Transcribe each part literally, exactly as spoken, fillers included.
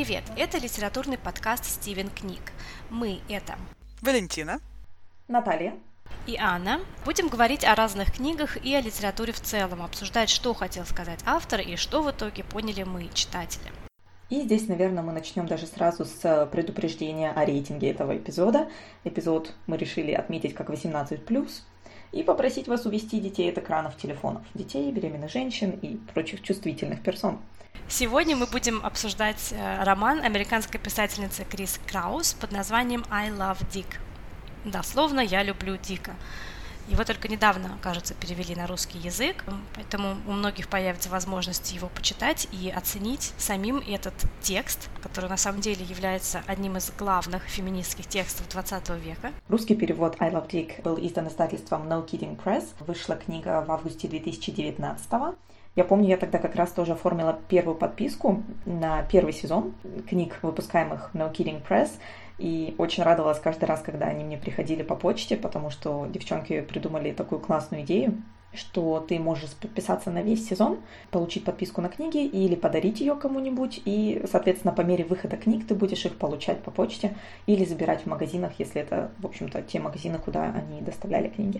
Привет, это литературный подкаст «Стивен Книг». Мы — это Валентина, Наталья и Анна. Будем говорить о разных книгах и о литературе в целом, обсуждать, что хотел сказать автор и что в итоге поняли мы, читатели. И здесь, наверное, мы начнем даже сразу с предупреждения о рейтинге этого эпизода. Эпизод мы решили отметить как восемнадцать плюс и попросить вас увести детей от экранов телефонов. Детей, беременных женщин и прочих чувствительных персон. Сегодня мы будем обсуждать роман американской писательницы Крис Краус под названием «I Love Dick». Дословно «Я люблю Дика». Его только недавно, кажется, перевели на русский язык, поэтому у многих появится возможность его почитать и оценить самим этот текст, который на самом деле является одним из главных феминистских текстов двадцатого века. Русский перевод «I Love Dick» был издан издательством No Kidding Press. Вышла книга в августе две тысячи девятнадцатого. Я помню, я тогда как раз тоже оформила первую подписку на первый сезон книг, выпускаемых No Kidding Press, и очень радовалась каждый раз, когда они мне приходили по почте, потому что девчонки придумали такую классную идею, что ты можешь подписаться на весь сезон, получить подписку на книги или подарить ее кому-нибудь, и, соответственно, по мере выхода книг ты будешь их получать по почте или забирать в магазинах, если это, в общем-то, те магазины, куда они доставляли книги.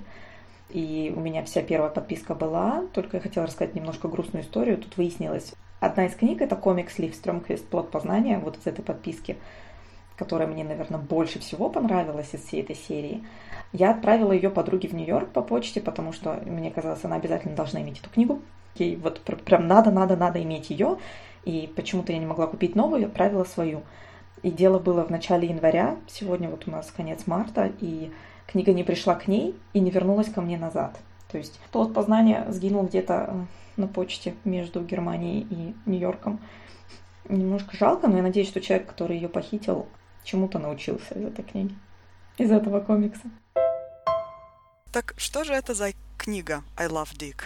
И у меня вся первая подписка была, только я хотела рассказать немножко грустную историю. Тут выяснилось, одна из книг — это комикс Лив Стрёмквист «Плод познания», вот из этой подписки, которая мне, наверное, больше всего понравилась из всей этой серии. Я отправила ее подруге в Нью-Йорк по почте, потому что мне казалось, она обязательно должна иметь эту книгу. Ей вот прям надо, надо, надо иметь ее. И почему-то я не могла купить новую, я отправила свою. И дело было в начале января, сегодня вот у нас конец марта, и книга не пришла к ней и не вернулась ко мне назад. То есть «Плод познания» сгинул где-то на почте между Германией и Нью-Йорком. Немножко жалко, но я надеюсь, что человек, который ее похитил, чему-то научился из этой книги, из этого комикса. Так что же это за книга «I Love Dick»?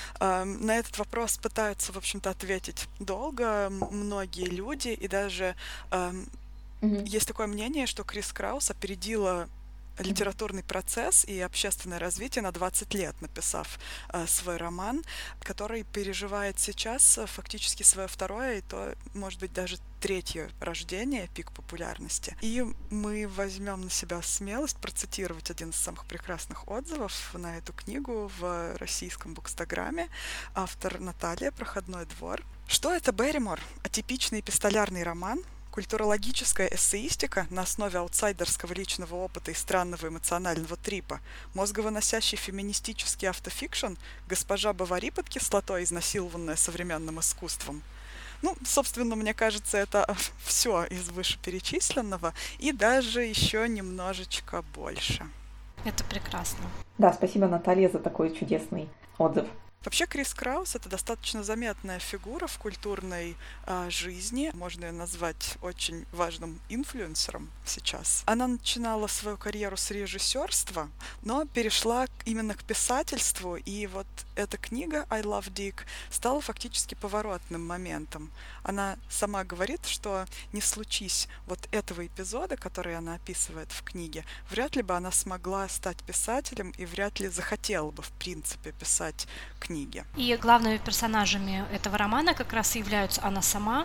Эм, на этот вопрос пытаются, в общем-то, ответить долго многие люди, и даже эм, mm-hmm. есть такое мнение, что Крис Краус опередила литературный процесс и общественное развитие на двадцать лет, написав э, свой роман, который переживает сейчас э, фактически свое второе, и то, может быть, даже третье рождение, пик популярности. И мы возьмем на себя смелость процитировать один из самых прекрасных отзывов на эту книгу в российском букстаграме. Автор Наталья, «Проходной двор». Что это Берримор? Атипичный эпистолярный роман, культурологическая эссеистика на основе аутсайдерского личного опыта и странного эмоционального трипа, мозговыносящий феминистический автофикшн, госпожа Бовари под кислотой, изнасилованная современным искусством. Ну, собственно, мне кажется, это все из вышеперечисленного и даже еще немножечко больше. Это прекрасно. Да, спасибо, Наталья, за такой чудесный отзыв. Вообще, Крис Краус — это достаточно заметная фигура в культурной э, жизни. Можно ее назвать очень важным инфлюенсером сейчас. Она начинала свою карьеру с режиссерства, но перешла именно к писательству, и вот эта книга «I Love Dick» стала фактически поворотным моментом. Она сама говорит, что не случись вот этого эпизода, который она описывает в книге, вряд ли бы она смогла стать писателем и вряд ли захотела бы, в принципе, писать книги. И главными персонажами этого романа как раз являются она сама,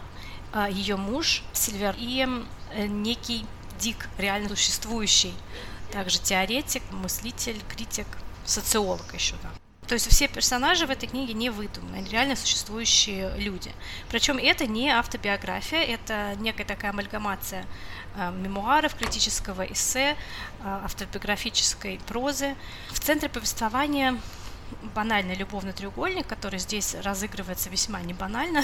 ее муж Сильвер и некий Дик, реально существующий, также теоретик, мыслитель, критик, социолог еще, да. То есть все персонажи в этой книге не выдуманы, реально существующие люди. Причем это не автобиография, это некая такая амальгамация мемуаров, критического эссе, автобиографической прозы. В центре повествования банальный любовный треугольник, который здесь разыгрывается весьма не банально.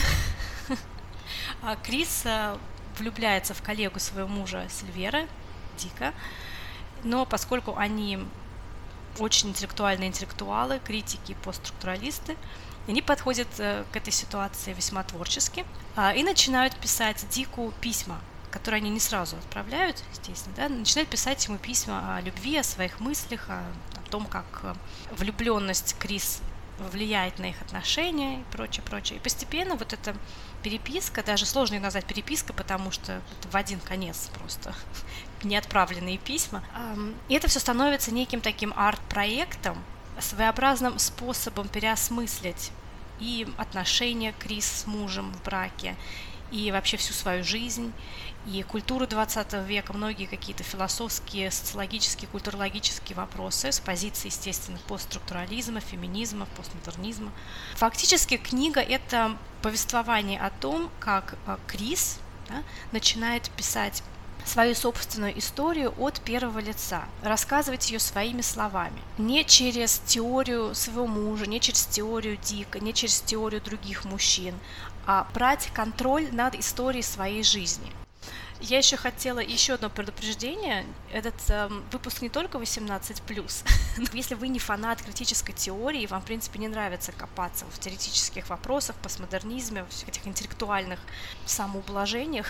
Крис влюбляется в коллегу своего мужа Сильвера, Дика, но поскольку они очень интеллектуальные интеллектуалы, критики, постструктуралисты, они подходят к этой ситуации весьма творчески и начинают писать Дику письма, которые они не сразу отправляют, естественно, да, начинают писать ему письма о любви, о своих мыслях, о, о том, как влюбленность Крис влияет на их отношения и прочее, прочее. И постепенно вот эта переписка, даже сложно ее назвать перепиской, потому что это в один конец просто неотправленные письма. И это все становится неким таким арт-проектом, своеобразным способом переосмыслить и отношения Крис с мужем в браке, и вообще всю свою жизнь, и культуру двадцатого века, многие какие-то философские, социологические, культурологические вопросы с позиции, естественно, постструктурализма, феминизма, постмодернизма. Фактически книга – это повествование о том, как Крис, да, начинает писать свою собственную историю от первого лица, рассказывать ее своими словами, не через теорию своего мужа, не через теорию Дика, не через теорию других мужчин, а брать контроль над историей своей жизни. Я еще хотела еще одно предупреждение. Этот э, выпуск не только восемнадцать плюс. Если вы не фанат критической теории, вам, в принципе, не нравится копаться в теоретических вопросах, постмодернизме, в этих интеллектуальных самоублажениях,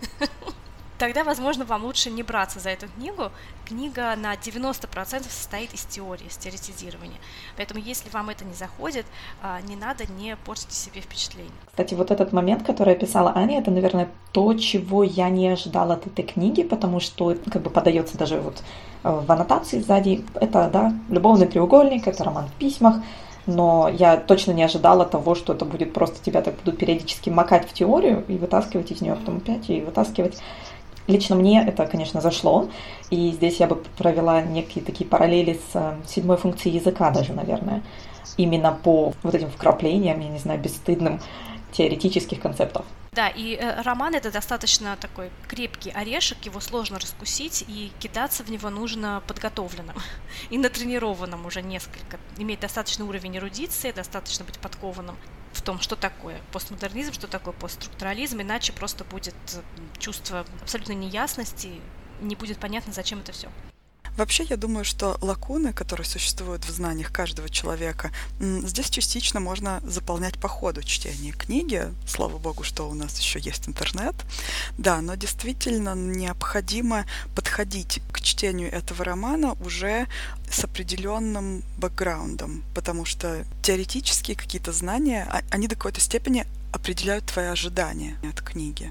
тогда, возможно, вам лучше не браться за эту книгу. Книга на девяносто процентов состоит из теории, из теоретизирования. Поэтому, если вам это не заходит, не надо, не портите себе впечатление. Кстати, вот этот момент, который описала Аня, это, наверное, то, чего я не ожидала от этой книги, потому что как бы подается даже вот в аннотации сзади. Это, да, любовный треугольник, это роман в письмах. Но я точно не ожидала того, что это будет просто тебя так будут периодически макать в теорию и вытаскивать из нее, потом опять и вытаскивать. Лично мне это, конечно, зашло, и здесь я бы провела некие такие параллели с седьмой функцией языка даже, наверное, именно по вот этим вкраплениям, я не знаю, бесстыдным теоретических концептов. Да, и э, роман — это достаточно такой крепкий орешек, его сложно раскусить, и кидаться в него нужно подготовленным и натренированным уже несколько, иметь достаточный уровень эрудиции, достаточно быть подкованным в том, что такое постмодернизм, что такое постструктурализм, иначе просто будет чувство абсолютной неясности, не будет понятно, зачем это все. Вообще, я думаю, что лакуны, которые существуют в знаниях каждого человека, здесь частично можно заполнять по ходу чтения книги. Слава богу, что у нас еще есть интернет. Да, но действительно необходимо подходить к чтению этого романа уже с определенным бэкграундом, потому что теоретические какие-то знания, они до какой-то степени определяют твои ожидания от книги.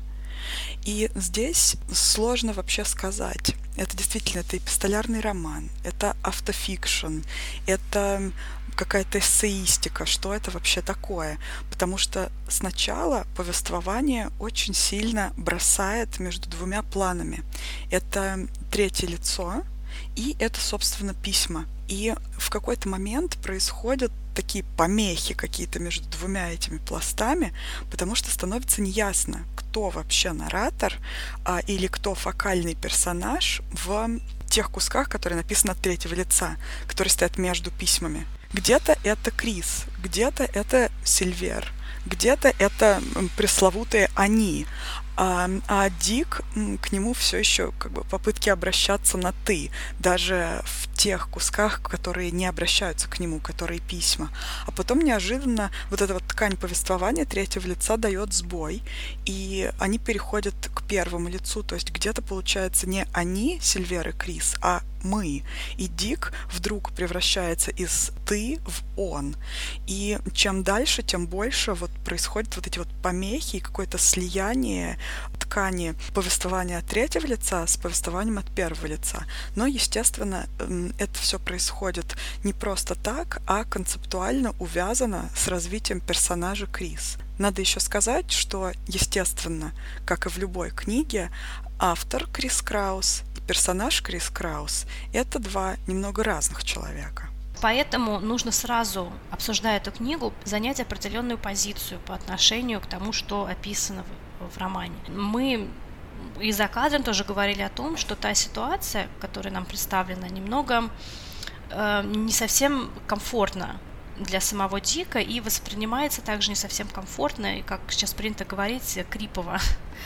И здесь сложно вообще сказать. Это действительно, это эпистолярный роман, это автофикшн, это какая-то эссеистика, что это вообще такое. Потому что сначала повествование очень сильно бросает между двумя планами. Это третье лицо и это, собственно, письма. И в какой-то момент происходят такие помехи какие-то между двумя этими пластами, потому что становится неясно, кто вообще наратор а, или кто фокальный персонаж в тех кусках, которые написаны от третьего лица, которые стоят между письмами. Где-то это Крис, где-то это Сильвер, где-то это пресловутые «они», а, а Дик, к нему все еще как бы попытки обращаться на «ты», даже в тех кусках, которые не обращаются к нему, которые письма. А потом неожиданно вот эта вот ткань повествования третьего лица дает сбой, и они переходят к первому лицу, то есть где-то получается не «они», Сильвер и Крис, а «мы». И Дик вдруг превращается из «ты» в «он». И чем дальше, тем больше вот происходят вот эти вот помехи и какое-то слияние ткани повествования от третьего лица с повествованием от первого лица. Но, естественно, это все происходит не просто так, а концептуально увязано с развитием персонажа Крис. Надо еще сказать, что, естественно, как и в любой книге, автор Крис Краус и персонаж Крис Краус — это два немного разных человека. Поэтому нужно сразу, обсуждая эту книгу, занять определенную позицию по отношению к тому, что описано в, в романе. Мы и за кадром тоже говорили о том, что та ситуация, которая нам представлена, немного э, не совсем комфортна для самого Дика и воспринимается также не совсем комфортно, и, как сейчас принято говорить, крипово.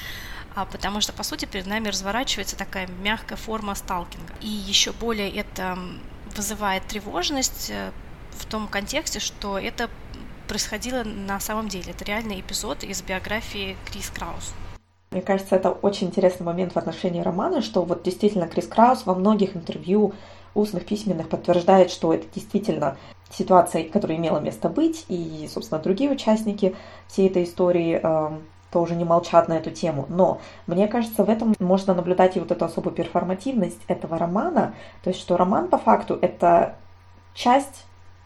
А потому что, по сути, перед нами разворачивается такая мягкая форма сталкинга. И еще более это вызывает тревожность в том контексте, что это происходило на самом деле. Это реальный эпизод из биографии Крис Краус. Мне кажется, это очень интересный момент в отношении романа, что вот действительно Крис Краус во многих интервью устных, письменных подтверждает, что это действительно ситуация, которая имела место быть, и, собственно, другие участники всей этой истории э, тоже не молчат на эту тему. Но мне кажется, в этом можно наблюдать и вот эту особую перформативность этого романа, то есть что роман по факту это часть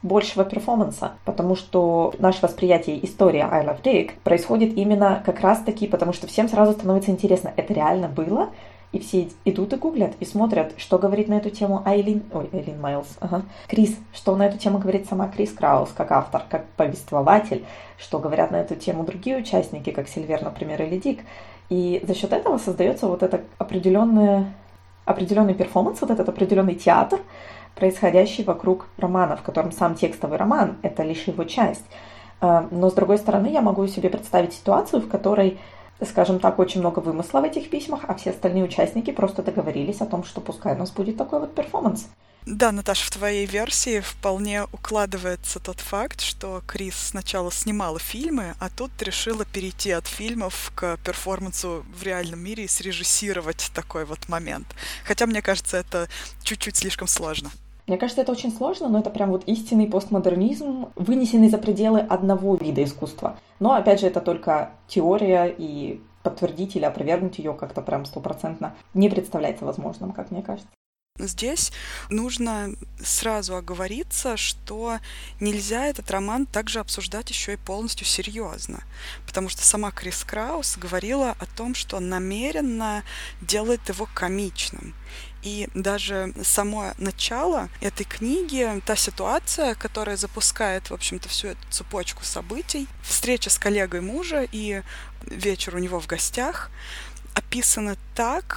большего перформанса, потому что наше восприятие истории I Love Dick происходит именно как раз-таки, потому что всем сразу становится интересно, это реально было? И все идут и гуглят, и смотрят, что говорит на эту тему Айлин, ой, Айлин Майлз, ага, Крис, что на эту тему говорит сама Крис Краус, как автор, как повествователь, что говорят на эту тему другие участники, как Сильвер, например, или Дик. И за счет этого создается вот этот определенный, определенный перформанс, вот этот определенный театр, происходящий вокруг романа, в котором сам текстовый роман — это лишь его часть. Но, с другой стороны, я могу себе представить ситуацию, в которой, скажем так, очень много вымысла в этих письмах, а все остальные участники просто договорились о том, что пускай у нас будет такой вот перформанс. Да, Наташа, в твоей версии вполне укладывается тот факт, что Крис сначала снимала фильмы, а тут решила перейти от фильмов к перформансу в реальном мире и срежиссировать такой вот момент. Хотя, мне кажется, это чуть-чуть слишком сложно. Мне кажется, это очень сложно, но это прям вот истинный постмодернизм, вынесенный за пределы одного вида искусства. Но, опять же, это только теория, и подтвердить или опровергнуть ее как-то прям стопроцентно не представляется возможным, как мне кажется. Здесь нужно сразу оговориться, что нельзя этот роман также обсуждать еще и полностью серьезно, потому что сама Крис Краус говорила о том, что намеренно делает его комичным. И даже само начало этой книги, та ситуация, которая запускает, в общем-то, всю эту цепочку событий, встреча с коллегой мужа и вечер у него в гостях, описана так,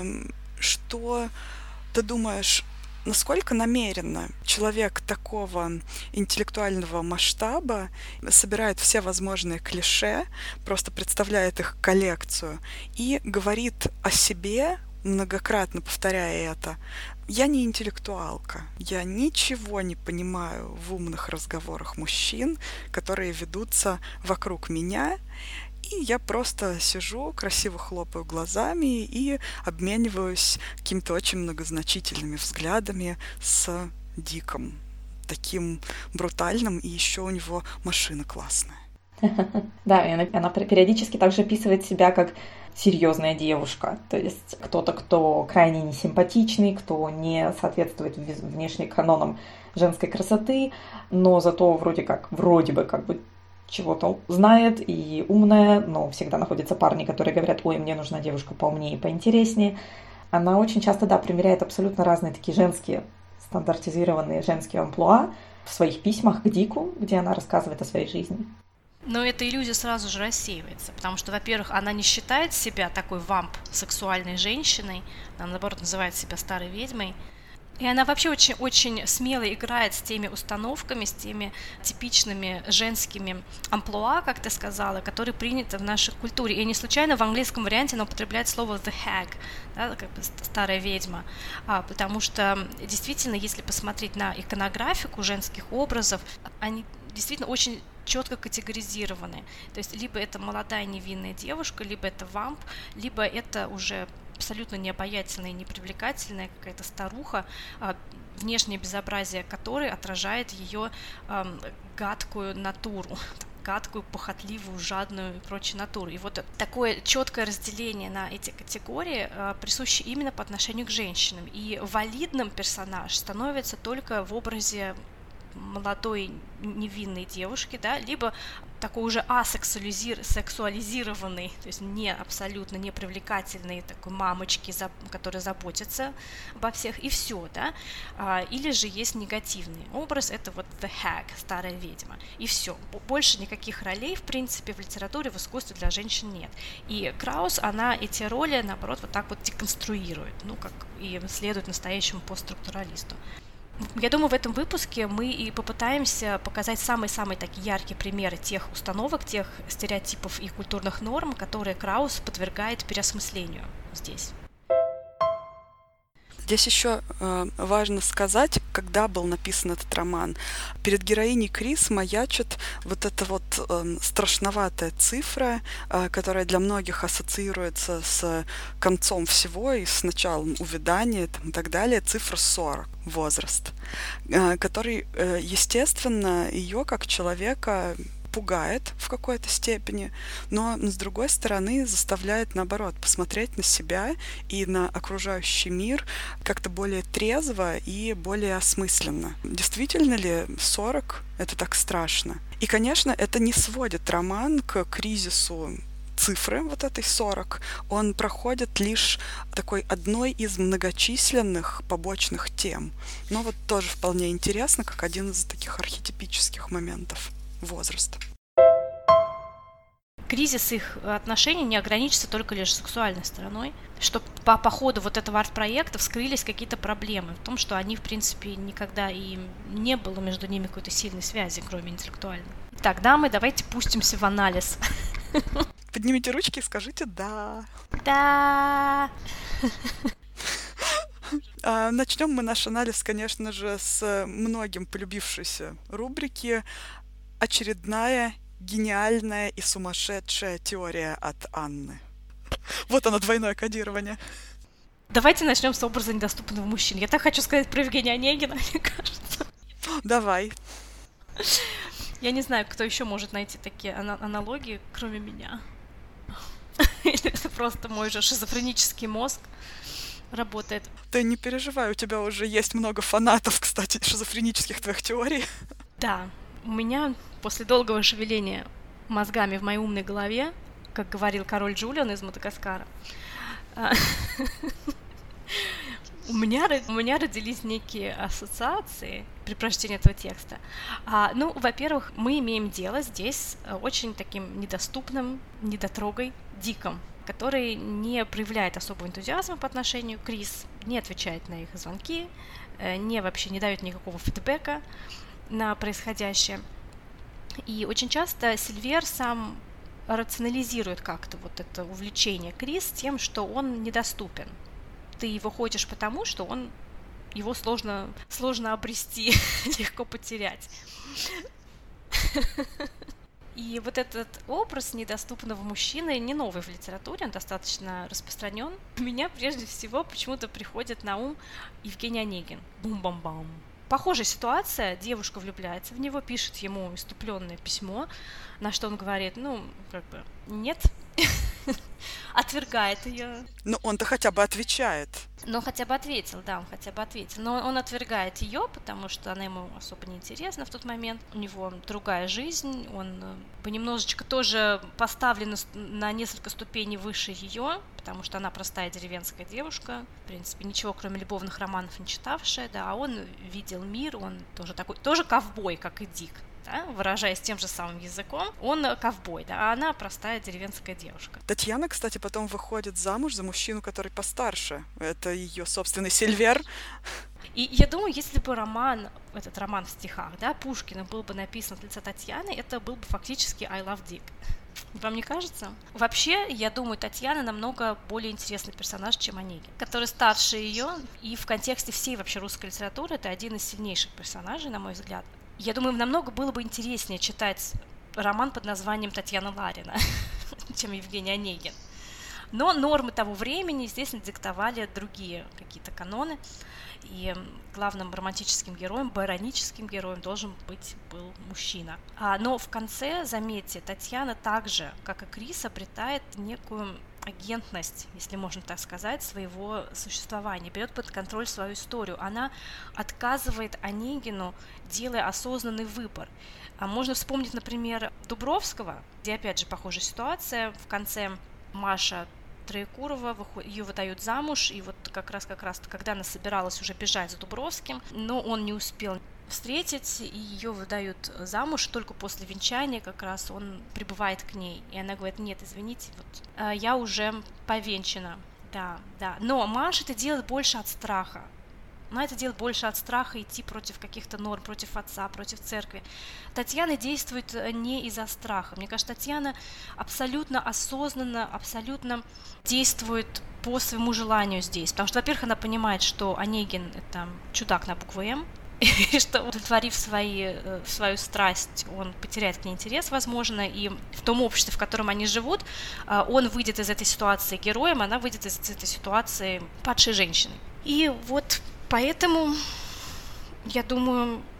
что ты думаешь, насколько намеренно человек такого интеллектуального масштаба собирает все возможные клише, просто представляет их коллекцию и говорит о себе, многократно повторяя это: «Я не интеллектуалка, я ничего не понимаю в умных разговорах мужчин, которые ведутся вокруг меня, и я просто сижу, красиво хлопаю глазами и обмениваюсь какими-то очень многозначительными взглядами с Диком, таким брутальным, и еще у него машина классная». Да, и она, она периодически также описывает себя как серьезная девушка, то есть кто-то, кто крайне несимпатичный, кто не соответствует внешним канонам женской красоты, но зато вроде как, вроде бы как бы чего-то знает и умная, но всегда находятся парни, которые говорят: ой, мне нужна девушка поумнее и поинтереснее. Она очень часто, да, примеряет абсолютно разные такие женские, стандартизированные женские амплуа в своих письмах к Дику, где она рассказывает о своей жизни. Но эта иллюзия сразу же рассеивается, потому что, во-первых, она не считает себя такой вамп сексуальной женщиной, она, наоборот, называет себя старой ведьмой. И она вообще очень-очень смело играет с теми установками, с теми типичными женскими амплуа, как ты сказала, которые приняты в нашей культуре. И не случайно в английском варианте она употребляет слово «the hag», да, как бы старая ведьма, а, потому что действительно, если посмотреть на иконографику женских образов, они действительно очень четко категоризированы. То есть либо это молодая невинная девушка, либо это вамп, либо это уже абсолютно необаятельная и непривлекательная какая-то старуха, внешнее безобразие которой отражает ее гадкую натуру, гадкую, похотливую, жадную и прочую натуру. И вот такое четкое разделение на эти категории присуще именно по отношению к женщинам. И валидным персонаж становится только в образе молодой невинной девушки, да, либо такой уже асексуализированный, то есть не абсолютно непривлекательной такой мамочки, за, которая заботится обо всех, и все, да, а, или же есть негативный образ, это вот the hag, старая ведьма, и все, больше никаких ролей, в принципе, в литературе, в искусстве для женщин нет, и Краус, она эти роли, наоборот, вот так вот деконструирует, ну, как и следует настоящему постструктуралисту. Я думаю, в этом выпуске мы и попытаемся показать самые-самые такие яркие примеры тех установок, тех стереотипов и культурных норм, которые Краус подвергает переосмыслению здесь. Здесь еще э, важно сказать, когда был написан этот роман. Перед героиней Крис маячит вот эта вот э, страшноватая цифра, э, которая для многих ассоциируется с концом всего и с началом увядания там, и так далее, цифра сорок, возраст, э, который, э, естественно, ее как человека пугает в какой-то степени, но, с другой стороны, заставляет, наоборот, посмотреть на себя и на окружающий мир как-то более трезво и более осмысленно. Действительно ли сорок — это так страшно? И, конечно, это не сводит роман к кризису цифры вот этой сорок. Он проходит лишь такой одной из многочисленных побочных тем. Но вот тоже вполне интересно, как один из таких архетипических моментов возраста. Кризис их отношений не ограничится только лишь сексуальной стороной, что по, по ходу вот этого арт-проекта вскрылись какие-то проблемы в том, что они, в принципе, никогда и не было между ними какой-то сильной связи, кроме интеллектуальной. Итак, дамы, давайте пустимся в анализ. Поднимите ручки и скажите «да». Да. Начнем мы наш анализ, конечно же, с многим полюбившейся рубрики «Очередная гениальная и сумасшедшая теория от Анны». Вот оно, двойное кодирование. Давайте начнем с образа недоступного мужчин. Я так хочу сказать про Евгения Онегина, мне кажется. Давай. Я не знаю, кто еще может найти такие ана- аналогии, кроме меня. Или это просто мой же шизофренический мозг работает. Ты не переживай, у тебя уже есть много фанатов, кстати, шизофренических твоих теорий. Да, у меня после долгого шевеления мозгами в моей умной голове, как говорил король Джулиан из Мадагаскара, у меня, у меня родились некие ассоциации при прочтении этого текста. А, ну, во-первых, мы имеем дело здесь с очень таким недоступным, недотрогой Диком, который не проявляет особого энтузиазма по отношению к Крис, не отвечает на их звонки, не вообще не дает никакого фидбэка на происходящее. И очень часто Сильвер сам рационализирует как-то вот это увлечение Крис тем, что он недоступен. Ты его хочешь потому, что он, его сложно, сложно обрести, легко потерять. И вот этот образ недоступного мужчины не новый в литературе, он достаточно распространен. У меня прежде всего почему-то приходит на ум Евгений Онегин. Бум-бам-бам. Похожая ситуация, девушка влюбляется в него, пишет ему иступленное письмо, на что он говорит, ну, как бы, нет, отвергает ее. Но он-то хотя бы отвечает. Ну, хотя бы ответил, да, он хотя бы ответил. Но он отвергает ее, потому что она ему особо не интересна в тот момент. У него другая жизнь, он немножечко тоже поставлен на несколько ступеней выше ее, потому что она простая деревенская девушка, в принципе, ничего кроме любовных романов не читавшая, да, а он видел мир, он тоже такой, тоже ковбой, как и Дик. Да, выражаясь тем же самым языком, он ковбой, да, а она простая деревенская девушка. Татьяна, кстати, потом выходит замуж за мужчину, который постарше. Это ее собственный Сильвер. И я думаю, если бы роман, этот роман в стихах, да, Пушкина был бы написан от лица Татьяны, это был бы фактически I love Dick. Вам не кажется? Вообще, я думаю, Татьяна намного более интересный персонаж, чем Онегин, который старше ее, и в контексте всей вообще русской литературы это один из сильнейших персонажей, на мой взгляд. Я думаю, намного было бы интереснее читать роман под названием Татьяна Ларина, чем Евгений Онегин. Но нормы того времени, естественно, диктовали другие какие-то каноны, и главным романтическим героем, байроническим героем должен быть был мужчина. А, но в конце, заметьте, Татьяна также, как и Крис, обретает некую агентность, если можно так сказать, своего существования, берет под контроль свою историю. Она отказывает Онегину, делая осознанный выбор. А можно вспомнить, например, Дубровского, где опять же похожая ситуация. В конце Маша Троекурова, ее выдают замуж, и вот как раз, как раз, когда она собиралась уже бежать за Дубровским, но он не успел встретить, и ее выдают замуж, только после венчания как раз он прибывает к ней, и она говорит, нет, извините, вот, я уже повенчана, да, да, но Маша это делает больше от страха, она это делает больше от страха идти против каких-то норм, против отца, против церкви. Татьяна действует не из-за страха. Мне кажется, Татьяна абсолютно осознанно, абсолютно действует по своему желанию здесь. Потому что, во-первых, она понимает, что Онегин – это чудак на букву «М», и что, удовлетворив свои, свою страсть, он потеряет к ней интерес, возможно, и в том обществе, в котором они живут, он выйдет из этой ситуации героем, она выйдет из этой ситуации падшей женщиной. И вот поэтому, я думаю,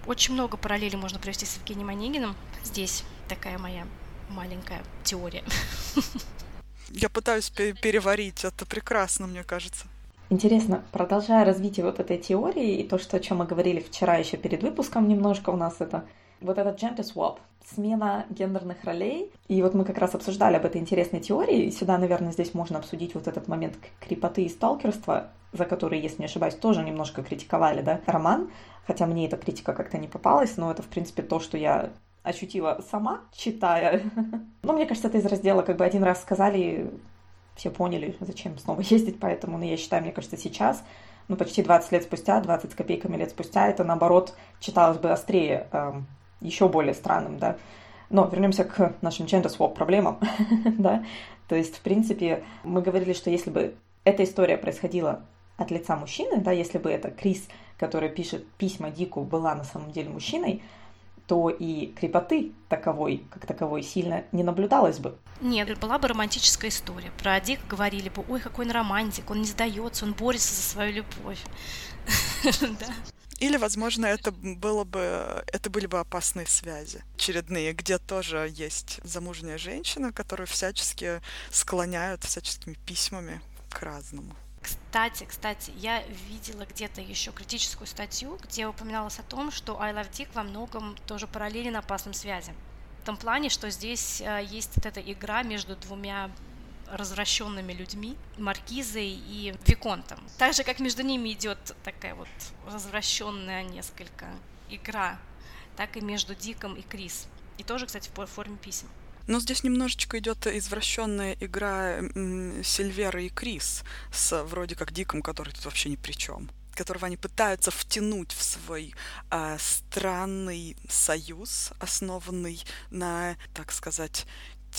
Очень много параллелей можно провести с Евгением Онегиным. Здесь такая моя маленькая теория. Я пытаюсь переварить, это прекрасно, мне кажется. Интересно, продолжая развитие вот этой теории и то, что, о чем мы говорили вчера еще перед выпуском немножко у нас, это вот этот gender swap, смена гендерных ролей. И вот мы как раз обсуждали об этой интересной теории, и сюда, наверное, здесь можно обсудить вот этот момент крипоты и сталкерства, за который, если не ошибаюсь, тоже немножко критиковали, да, роман, хотя мне эта критика как-то не попалась, но это, в принципе, то, что я ощутила сама, читая. Но мне кажется, это из раздела, как бы один раз сказали, все поняли, зачем снова ездить, поэтому, ну, я считаю, мне кажется, сейчас, ну, почти двадцать лет спустя, двадцать с копейками лет спустя, это, наоборот, читалось бы острее, эм, еще более странным, да. Но вернемся к нашим gender swap проблемам, да. То есть, в принципе, мы говорили, что если бы эта история происходила от лица мужчины, да, если бы это Крис, который пишет письма Дику, была на самом деле мужчиной, то и крепоты таковой, как таковой, сильно не наблюдалось бы. Нет, была бы романтическая история. Про Дика говорили бы, ой, какой он романтик, он не сдается, он борется за свою любовь. Или, возможно, это было бы, это были бы опасные связи очередные, где тоже есть замужняя женщина, которую всячески склоняют всяческими письмами к разному. Кстати, кстати, я видела где-то еще критическую статью, где упоминалось о том, что I Love Dick во многом тоже параллелен опасным связям. В том плане, что здесь есть вот эта игра между двумя развращенными людьми, Маркизой и Виконтом. Так же, как между ними идет такая вот развращенная несколько игра, так и между Диком и Крис. И тоже, кстати, в форме писем. Но здесь немножечко идет извращенная игра Сильвера и Крис с вроде как Диком, который тут вообще ни при чем, которого они пытаются втянуть в свой э, странный союз, основанный на, так сказать,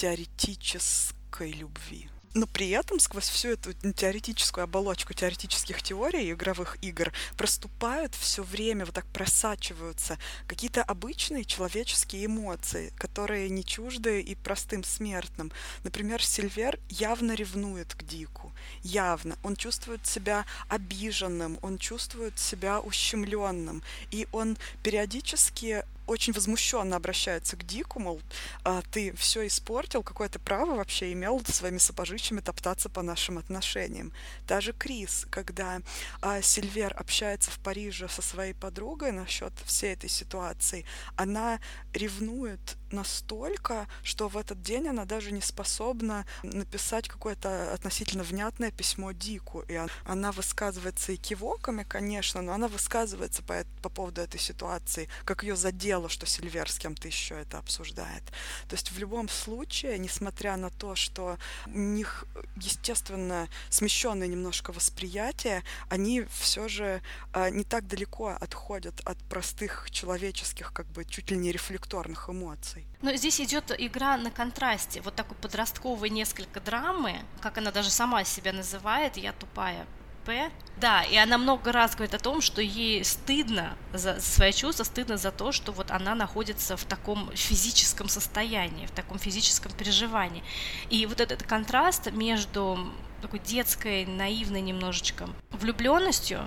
теоретической любви. Но при этом сквозь всю эту теоретическую оболочку теоретических теорий игровых игр проступают все время, вот так просачиваются какие-то обычные человеческие эмоции, которые не чужды и простым смертным. Например, Сильвер явно ревнует к Дику. Явно. Он чувствует себя обиженным, он чувствует себя ущемленным. И он периодически очень возмущенно обращается к Дику, мол, а, ты все испортил, какое ты право вообще имел своими сапожищами топтаться по нашим отношениям. Даже Крис, когда а, Сильвер общается в Париже со своей подругой насчет всей этой ситуации, она ревнует настолько, что в этот день она даже не способна написать какое-то относительно внятное письмо Дику. И она высказывается и кивоками, конечно, но она высказывается по, по поводу этой ситуации, как ее задело, что Сильвер с кем-то еще это обсуждает. То есть в любом случае, несмотря на то, что у них, естественно, смещенное немножко восприятие, они все же а, не так далеко отходят от простых человеческих, как бы чуть ли не рефлекторных эмоций. Но здесь идет игра на контрасте, вот такой подростковой несколько драмы, как она даже сама себя называет, «Я тупая П». Да, и она много раз говорит о том, что ей стыдно за свои чувства, стыдно за то, что вот она находится в таком физическом состоянии, в таком физическом переживании. И вот этот контраст между такой детской, наивной немножечко влюбленностью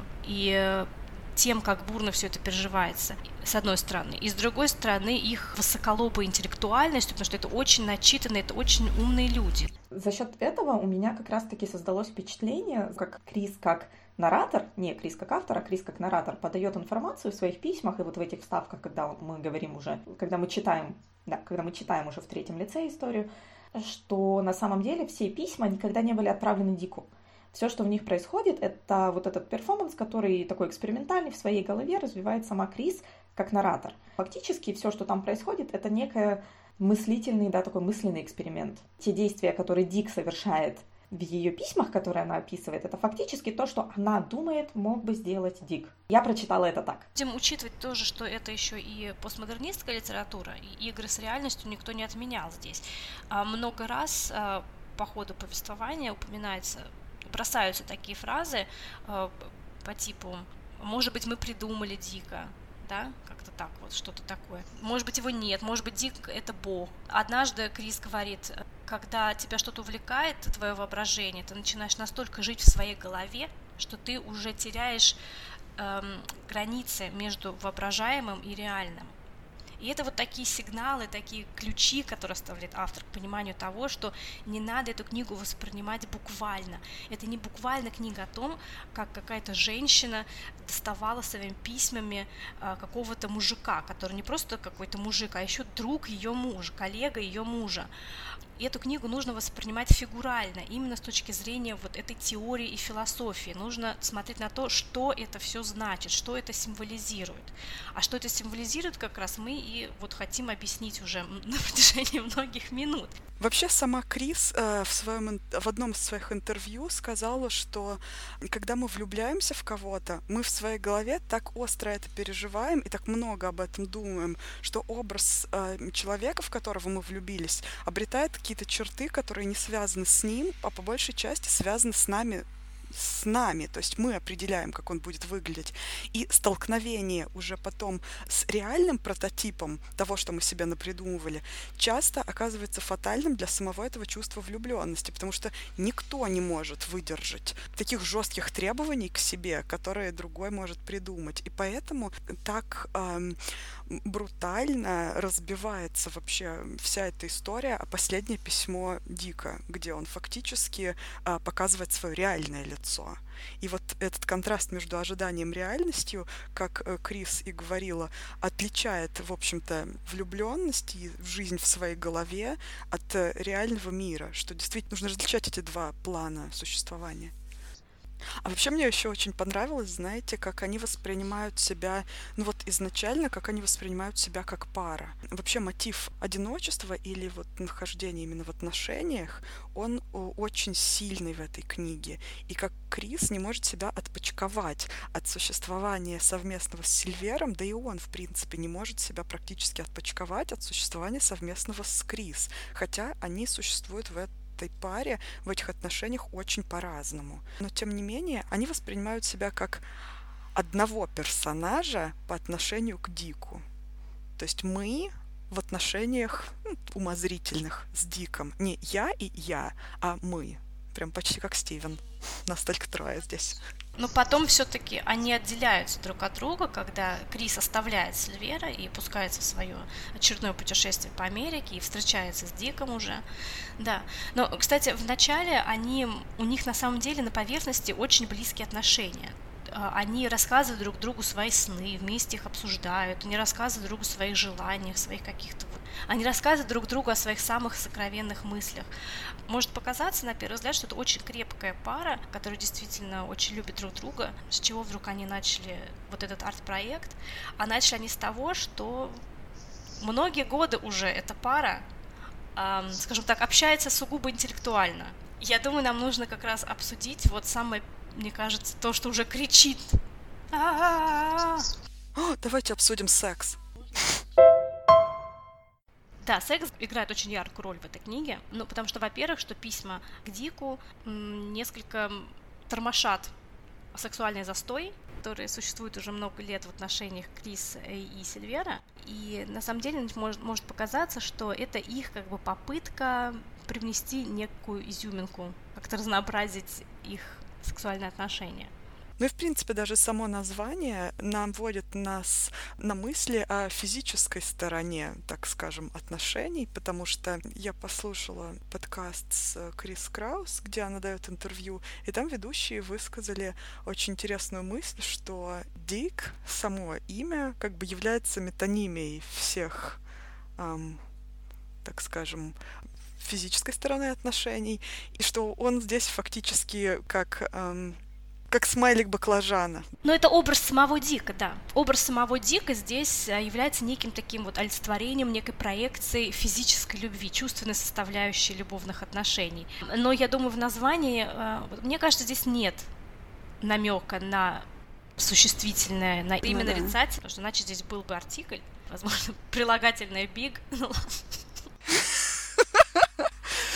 и тем, как бурно все это переживается, с одной стороны, и с другой стороны их высоколобой интеллектуальностью, потому что это очень начитанные, это очень умные люди. За счет этого у меня как раз-таки создалось впечатление, как Крис как наратор, не Крис как автор, а Крис как наратор подает информацию в своих письмах и вот в этих вставках, когда мы говорим уже, когда мы читаем, да, когда мы читаем уже в третьем лице историю, что на самом деле все письма никогда не были отправлены Дику. Все, что в них происходит, это вот этот перформанс, который такой экспериментальный в своей голове развивает сама Крис как наратор. Фактически все, что там происходит, это некий мыслительный, да, такой мысленный эксперимент. Те действия, которые Дик совершает в ее письмах, которые она описывает, это фактически то, что она думает, мог бы сделать Дик. Я прочитала это так. Будем учитывать тоже, что это еще и постмодернистская литература, и игры с реальностью никто не отменял здесь. А много раз а, по ходу повествования упоминается, бросаются такие фразы а, по типу «может быть, мы придумали Дика», да, как-то так вот, что-то такое. Может быть, его нет, может быть, Дик — это бог. Однажды Крис говорит, когда тебя что-то увлекает, твое воображение, ты начинаешь настолько жить в своей голове, что ты уже теряешь эм, границы между воображаемым и реальным. И это вот такие сигналы, такие ключи, которые оставляет автор к пониманию того, что не надо эту книгу воспринимать буквально. Это не буквально книга о том, как какая-то женщина доставала своими письмами а, какого-то мужика, который не просто какой-то мужик, а еще друг ее мужа, коллега ее мужа. И эту книгу нужно воспринимать фигурально, именно с точки зрения вот этой теории и философии. Нужно смотреть на то, что это все значит, что это символизирует. А что это символизирует, как раз мы и вот хотим объяснить уже на протяжении многих минут. Вообще сама Крис э, в, своем, в одном из своих интервью сказала, что когда мы влюбляемся в кого-то, мы в своей голове так остро это переживаем и так много об этом думаем, что образ э, человека, в которого мы влюбились, обретает какие-то черты, которые не связаны с ним, а по большей части связаны с нами, с нами, то есть мы определяем, как он будет выглядеть. И столкновение уже потом с реальным прототипом того, что мы себе напридумывали, часто оказывается фатальным для самого этого чувства влюбленности, потому что никто не может выдержать таких жестких требований к себе, которые другой может придумать. И поэтому так эм, брутально разбивается вообще вся эта история, а последнее письмо Дика, где он фактически э, показывает свое реальное лицо. И вот этот контраст между ожиданием и реальностью, как э, Крис и говорила, отличает, в общем-то, влюбленность и жизнь в своей голове от э, реального мира, что действительно нужно различать эти два плана существования. А вообще мне еще очень понравилось, знаете, как они воспринимают себя, ну вот изначально, как они воспринимают себя как пара. Вообще мотив одиночества или вот нахождения именно в отношениях, он очень сильный в этой книге. И как Крис не может себя отпочковать от существования совместного с Сильвером, да и он, в принципе, не может себя практически отпочковать от существования совместного с Крис, хотя они существуют в этом этой паре, в этих отношениях очень по-разному. Но, тем не менее, они воспринимают себя как одного персонажа по отношению к Дику. То есть мы в отношениях ну, умозрительных с Диком. Не я и я, а мы. Прям почти как Стивен. Нас только трое здесь. Но потом все-таки они отделяются друг от друга, когда Крис оставляет Сильвера и пускается в свое очередное путешествие по Америке и встречается с Диком уже. Да. Но, кстати, в начале они, у них на самом деле на поверхности очень близкие отношения. Они рассказывают друг другу свои сны, вместе их обсуждают, они рассказывают друг другу о своих желаниях, своих каких-то... Они рассказывают друг другу о своих самых сокровенных мыслях. Может показаться, на первый взгляд, что это очень крепкая пара, которая действительно очень любит друг друга. С чего вдруг они начали вот этот арт-проект? А начали они с того, что многие годы уже эта пара, эм, скажем так, общается сугубо интеллектуально. Я думаю, нам нужно как раз обсудить вот самое, мне кажется, то, что уже кричит. О, давайте обсудим секс. Да, секс играет очень яркую роль в этой книге, ну, потому что, во-первых, что письма к Дику м, несколько тормошат сексуальный застой, который существует уже много лет в отношениях Крис и Сильвера, и на самом деле может, может показаться, что это их как бы попытка привнести некую изюминку, как-то разнообразить их сексуальные отношения. Ну и, в принципе, даже само название наводит нас на мысли о физической стороне, так скажем, отношений, потому что я послушала подкаст с Крис Краус, где она дает интервью, и там ведущие высказали очень интересную мысль, что Дик, само имя, как бы является метонимией всех, эм, так скажем, физической стороны отношений, и что он здесь фактически как... Эм, как смайлик баклажана. Но это образ самого Дика, да. Образ самого Дика здесь является неким таким вот олицетворением, некой проекцией физической любви, чувственной составляющей любовных отношений. Но я думаю, в названии, мне кажется, здесь нет намека на существительное, на именно ну, да. нарицательное, потому что иначе здесь был бы артикль, возможно, прилагательное big.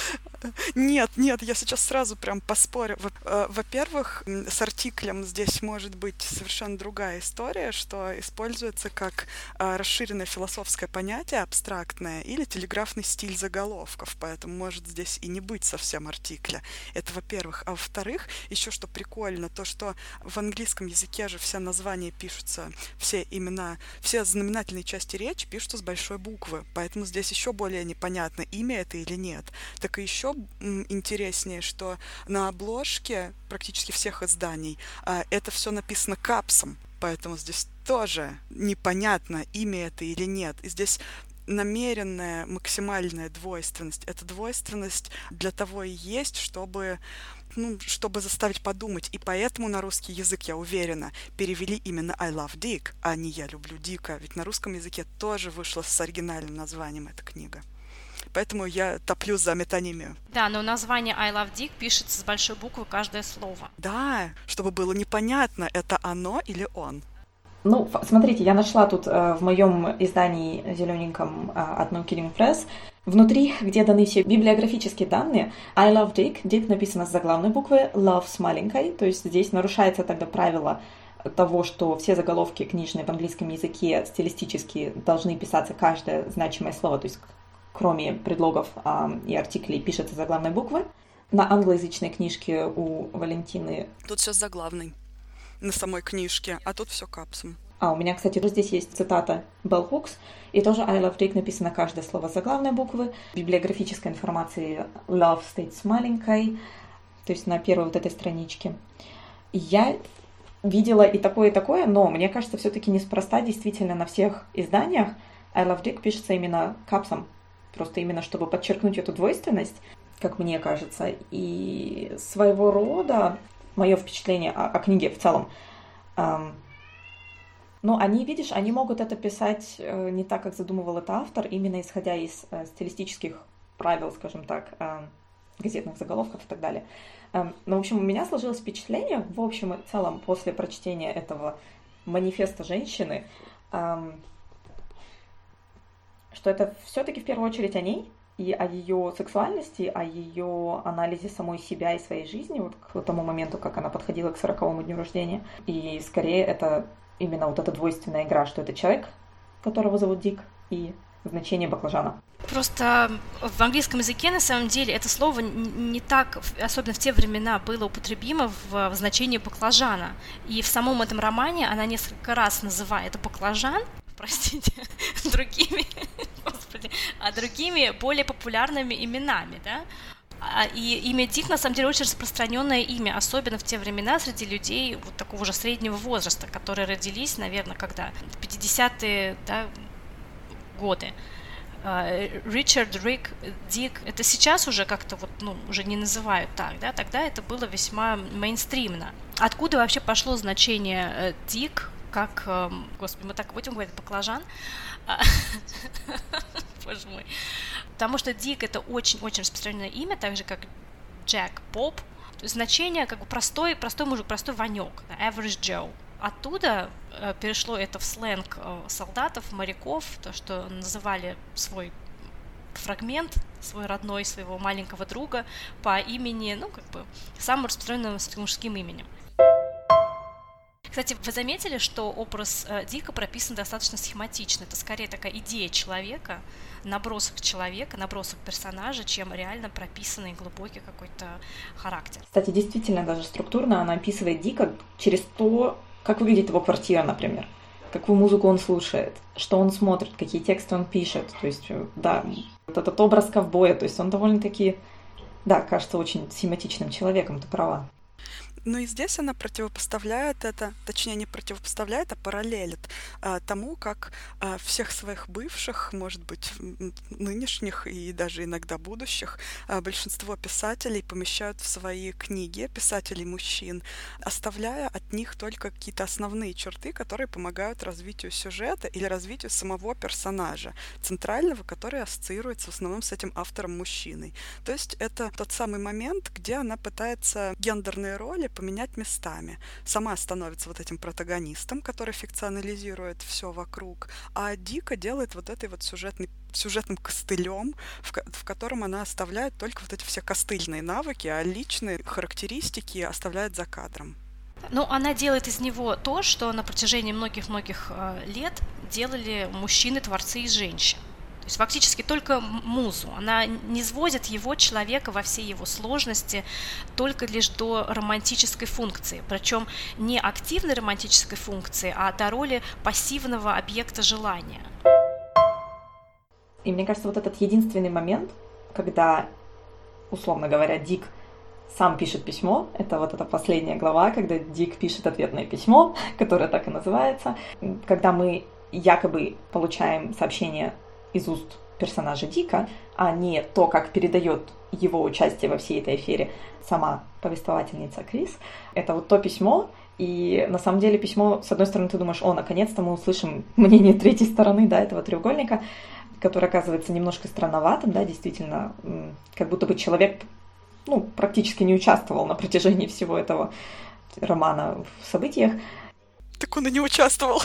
Нет, нет, я сейчас сразу прям поспорю. Во- э, Во-первых, м, с артиклем здесь может быть совершенно другая история, что используется как а, расширенное философское понятие, абстрактное, или телеграфный стиль заголовков, поэтому может здесь и не быть совсем артикля. Это во-первых. А во-вторых, еще что прикольно, то, что в английском языке же все названия пишутся, все имена, все знаменательные части речи пишутся с большой буквы, поэтому здесь еще более непонятно, имя это или нет. Так и еще м, интереснее, что на обложке практически всех изданий а, это все написано капсом, поэтому здесь тоже непонятно, имя это или нет. И здесь намеренная максимальная двойственность. Эта двойственность для того и есть, чтобы, ну, чтобы заставить подумать. И поэтому на русский язык, я уверена, перевели именно I love Dick, а не Я люблю Дика. Ведь на русском языке тоже вышла с оригинальным названием эта книга. Поэтому я топлю за метонимию. Да, но название I Love Dick пишется с большой буквы каждое слово. Да, чтобы было непонятно, это оно или он. Ну, ф- смотрите, я нашла тут э, в моем издании зелененьком э, от No Kidding Press. Внутри, где даны все библиографические данные, I love Dick, Dick написано с заглавной буквы, love с маленькой, то есть здесь нарушается тогда правило того, что все заголовки книжные в английском языке стилистически должны писаться каждое значимое слово, то есть кроме предлогов а, и артиклей пишется заглавной буквы. На англоязычной книжке у Валентины... Тут все заглавный на самой книжке, а тут все капсом. А, у меня, кстати, здесь есть цитата Bell Hooks, и тоже I love Dick написано каждое слово с заглавной буквы. В библиографической информации love стоит с маленькой, то есть на первой вот этой страничке. Я видела и такое, и такое, но мне кажется, все-таки неспроста действительно на всех изданиях I love Dick пишется именно капсом. Просто именно чтобы подчеркнуть эту двойственность, как мне кажется. И своего рода мое впечатление о, о книге в целом. Эм, но они, видишь, они могут это писать э, не так, как задумывал это автор, именно исходя из э, стилистических правил, скажем так, э, газетных заголовков и так далее. Эм, но, в общем, у меня сложилось впечатление, в общем и целом, после прочтения этого манифеста женщины, эм, что это все-таки в первую очередь о ней и о ее сексуальности, о ее анализе самой себя и своей жизни, вот к тому моменту, как она подходила к сороковому дню рождения. И скорее это именно вот эта двойственная игра, что это человек, которого зовут Дик, и значение баклажана. Просто в английском языке, на самом деле, это слово не так, особенно в те времена, было употребимо в, в значении баклажана. И в самом этом романе она несколько раз называет баклажан, простите, другими, господи, а другими более популярными именами, да? И имя Дик, на самом деле, очень распространенное имя, особенно в те времена среди людей вот такого же среднего возраста, которые родились, наверное, когда? В пятидесятые, да, годы. Ричард, Рик, Дик, это сейчас уже как-то вот, ну, уже не называют так, да? Тогда это было весьма мейнстримно. Откуда вообще пошло значение Дик? Как, господи, мы так будем говорить, баклажан? Боже мой. Потому что Дик — это очень-очень распространенное имя, так же, как Джек, Боб. То есть значение как бы простой, простой мужик, простой Ванек, да, average Joe. Оттуда э, перешло это в сленг э, солдатов, моряков, то, что называли свой фрагмент, свой родной, своего маленького друга по имени, ну, как бы, самым распространенным мужским именем. Кстати, вы заметили, что образ э, Дика прописан достаточно схематично. Это скорее такая идея человека, набросок человека, набросок персонажа, чем реально прописанный глубокий какой-то характер. Кстати, действительно, даже структурно она описывает Дика через то, как выглядит его квартира, например, какую музыку он слушает, что он смотрит, какие тексты он пишет. То есть, да, вот этот образ ковбоя, то есть он довольно-таки, да, кажется очень схематичным человеком, ты права. Ну и здесь она противопоставляет это, точнее не противопоставляет, а параллелит а, тому, как а, всех своих бывших, может быть, нынешних и даже иногда будущих, а, большинство писателей помещают в свои книги, писателей мужчин, оставляя от них только какие-то основные черты, которые помогают развитию сюжета или развитию самого персонажа, центрального, который ассоциируется в основном с этим автором-мужчиной. То есть это тот самый момент, где она пытается гендерные роли поменять местами. Сама становится вот этим протагонистом, который фикционализирует все вокруг, а Дика делает вот этой вот сюжетной сюжетным костылем, в, ко- в котором она оставляет только вот эти все костыльные навыки, а личные характеристики оставляет за кадром. Ну, она делает из него то, что на протяжении многих-многих э, лет делали мужчины-творцы из женщин. То есть фактически только м- музу. Она не сводит его, человека, во всей его сложности только лишь до романтической функции. Причем не активной романтической функции, а до роли пассивного объекта желания. И мне кажется, вот этот единственный момент, когда, условно говоря, Дик сам пишет письмо, это вот эта последняя глава, когда Дик пишет ответное письмо, которое так и называется, когда мы якобы получаем сообщение из уст персонажа Дика, а не то, как передает его участие во всей этой афере сама повествовательница Крис. Это вот то письмо, и на самом деле письмо, с одной стороны, ты думаешь, о, наконец-то мы услышим мнение третьей стороны, да, этого треугольника, который оказывается немножко странноватым, да, действительно, как будто бы человек, ну, практически не участвовал на протяжении всего этого романа в событиях. Так он и не участвовал.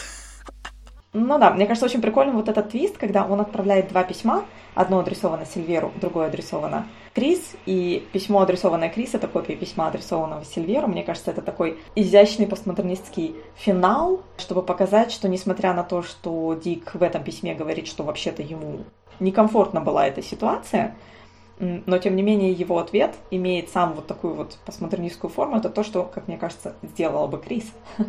Ну да, мне кажется, очень прикольно вот этот твист, когда он отправляет два письма, одно адресовано Сильверу, другое адресовано Крис, и письмо, адресованное Крис, это копия письма, адресованного Сильверу. Мне кажется, это такой изящный постмодернистский финал, чтобы показать, что несмотря на то, что Дик в этом письме говорит, что вообще-то ему некомфортна была эта ситуация, но, тем не менее, его ответ имеет сам вот такую вот постмодернистскую форму. Это то, что, как мне кажется, сделала бы Крис.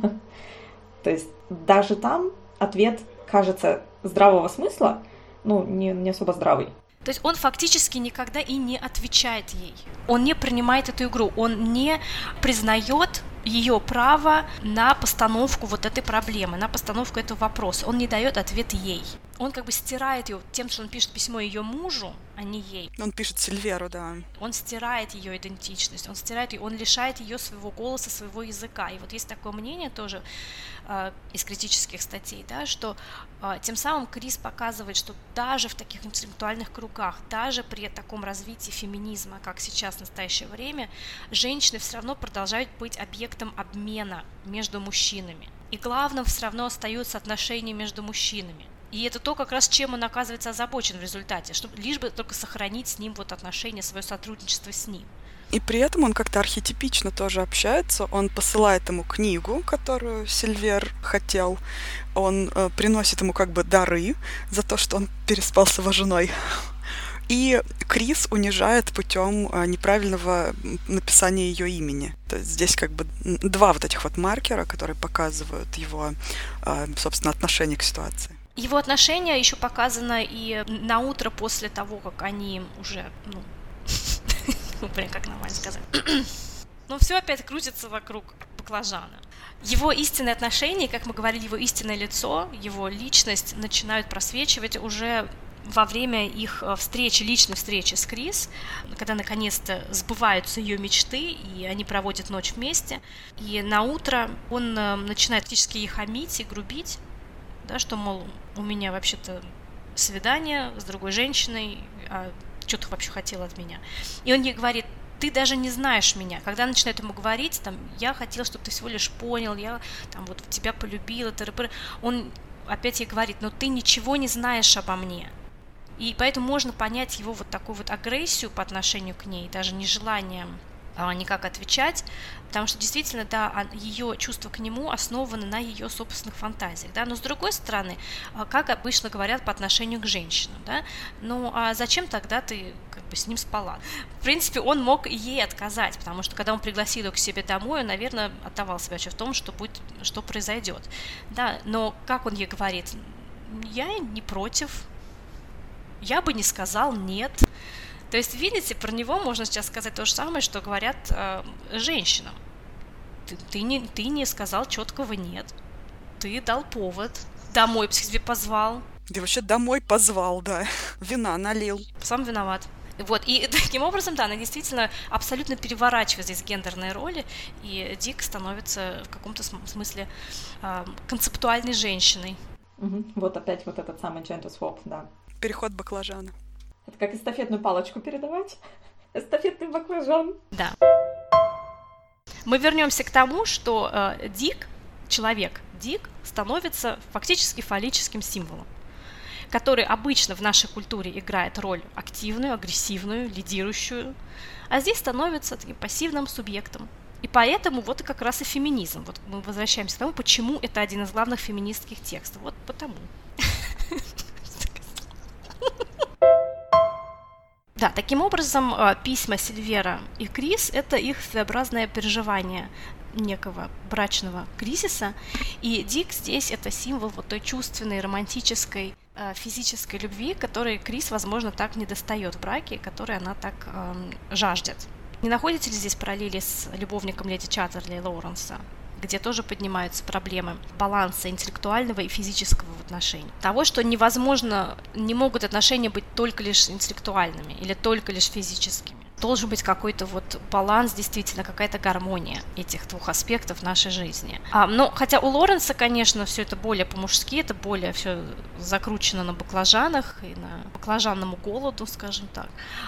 То есть даже там ответ кажется здравого смысла, ну, не, не особо здравый. То есть он фактически никогда и не отвечает ей. Он не принимает эту игру, он не признает ее право на постановку вот этой проблемы, на постановку этого вопроса. Он не дает ответ ей. Он как бы стирает ее тем, что он пишет письмо ее мужу, а не ей. Он пишет Сильверу, да. Он стирает ее идентичность, он стирает ее, он лишает ее своего голоса, своего языка. И вот есть такое мнение тоже э, из критических статей, да, что э, тем самым Крис показывает, что даже в таких интеллектуальных кругах, даже при таком развитии феминизма, как сейчас в настоящее время, женщины все равно продолжают быть объектом обмена между мужчинами. И главным все равно остаются отношения между мужчинами. И это то, как раз чем он оказывается озабочен в результате, чтобы лишь бы только сохранить с ним вот отношения, свое сотрудничество с ним. И при этом он как-то архетипично тоже общается. Он посылает ему книгу, которую Сильвер хотел. Он э, приносит ему как бы дары за то, что он переспал с его женой. И Крис унижает путем э, неправильного написания ее имени. То есть здесь как бы два вот этих вот маркера, которые показывают его, э, собственно, отношение к ситуации. Его отношение еще показано и на утро после того, как они уже, ну, блин, как нормально сказать, ну, все опять крутится вокруг баклажана. Его истинные отношения, как мы говорили, его истинное лицо, его личность начинают просвечивать уже во время их встречи, личной встречи с Крис, когда наконец-то сбываются ее мечты, и они проводят ночь вместе. И на утро он начинает фактически ей хамить и грубить, да, что, мол, у меня вообще-то свидание с другой женщиной, а что ты вообще хотела от меня? И он ей говорит: ты даже не знаешь меня. Когда начинает ему говорить, там, я хотела, чтобы ты всего лишь понял, я там вот тебя полюбила, тыры-пыры. Он опять ей говорит: но ты ничего не знаешь обо мне. И поэтому можно понять его вот такую вот агрессию по отношению к ней, даже нежелание а, никак отвечать, потому что действительно, да, ее чувства к нему основаны на ее собственных фантазиях, да, но с другой стороны, как обычно говорят по отношению к женщинам, да, ну а зачем тогда ты как бы с ним спала? В принципе, он мог ей отказать, потому что когда он пригласил ее к себе домой, он, наверное, отдавал себе отчет в том, что будет, что произойдет, да, но как он ей говорит: я не против, я бы не сказал нет. То есть, видите, про него можно сейчас сказать то же самое, что говорят э, женщинам. Ты, ты, не, ты не сказал четкого нет. Ты дал повод. Домой к себе позвал. Да вообще домой позвал, да. Вина налил. Сам виноват. Вот, и таким образом, да, она действительно абсолютно переворачивает здесь гендерные роли, и Дик становится в каком-то смысле э, концептуальной женщиной. Угу. Вот опять вот этот самый gender swap, да. Переход баклажана. Это как эстафетную палочку передавать. Эстафетный баклажан. Да. Мы вернемся к тому, что э, Дик, человек Дик, становится фактически фаллическим символом, который обычно в нашей культуре играет роль активную, агрессивную, лидирующую, а здесь становится таким пассивным субъектом. И поэтому вот и как раз и феминизм. Вот мы возвращаемся к тому, почему это один из главных феминистских текстов. Вот потому. Да, таким образом, письма Сильвера и Крис – это их своеобразное переживание некого брачного кризиса. И Дик здесь – это символ вот той чувственной, романтической, физической любви, которой Крис, возможно, так недостает в браке, которой она так эм, жаждет. Не находите ли здесь параллели с любовником леди Чаттерли Лоуренса, где тоже поднимаются проблемы баланса интеллектуального и физического в отношениях? Того, что невозможно, не могут отношения быть только лишь интеллектуальными или только лишь физическими. Должен быть какой-то вот баланс, действительно, какая-то гармония этих двух аспектов нашей жизни. А, но хотя у Лоуренса, конечно, все это более по-мужски, это более все закручено на баклажанах и на баклажанному голоду, скажем так.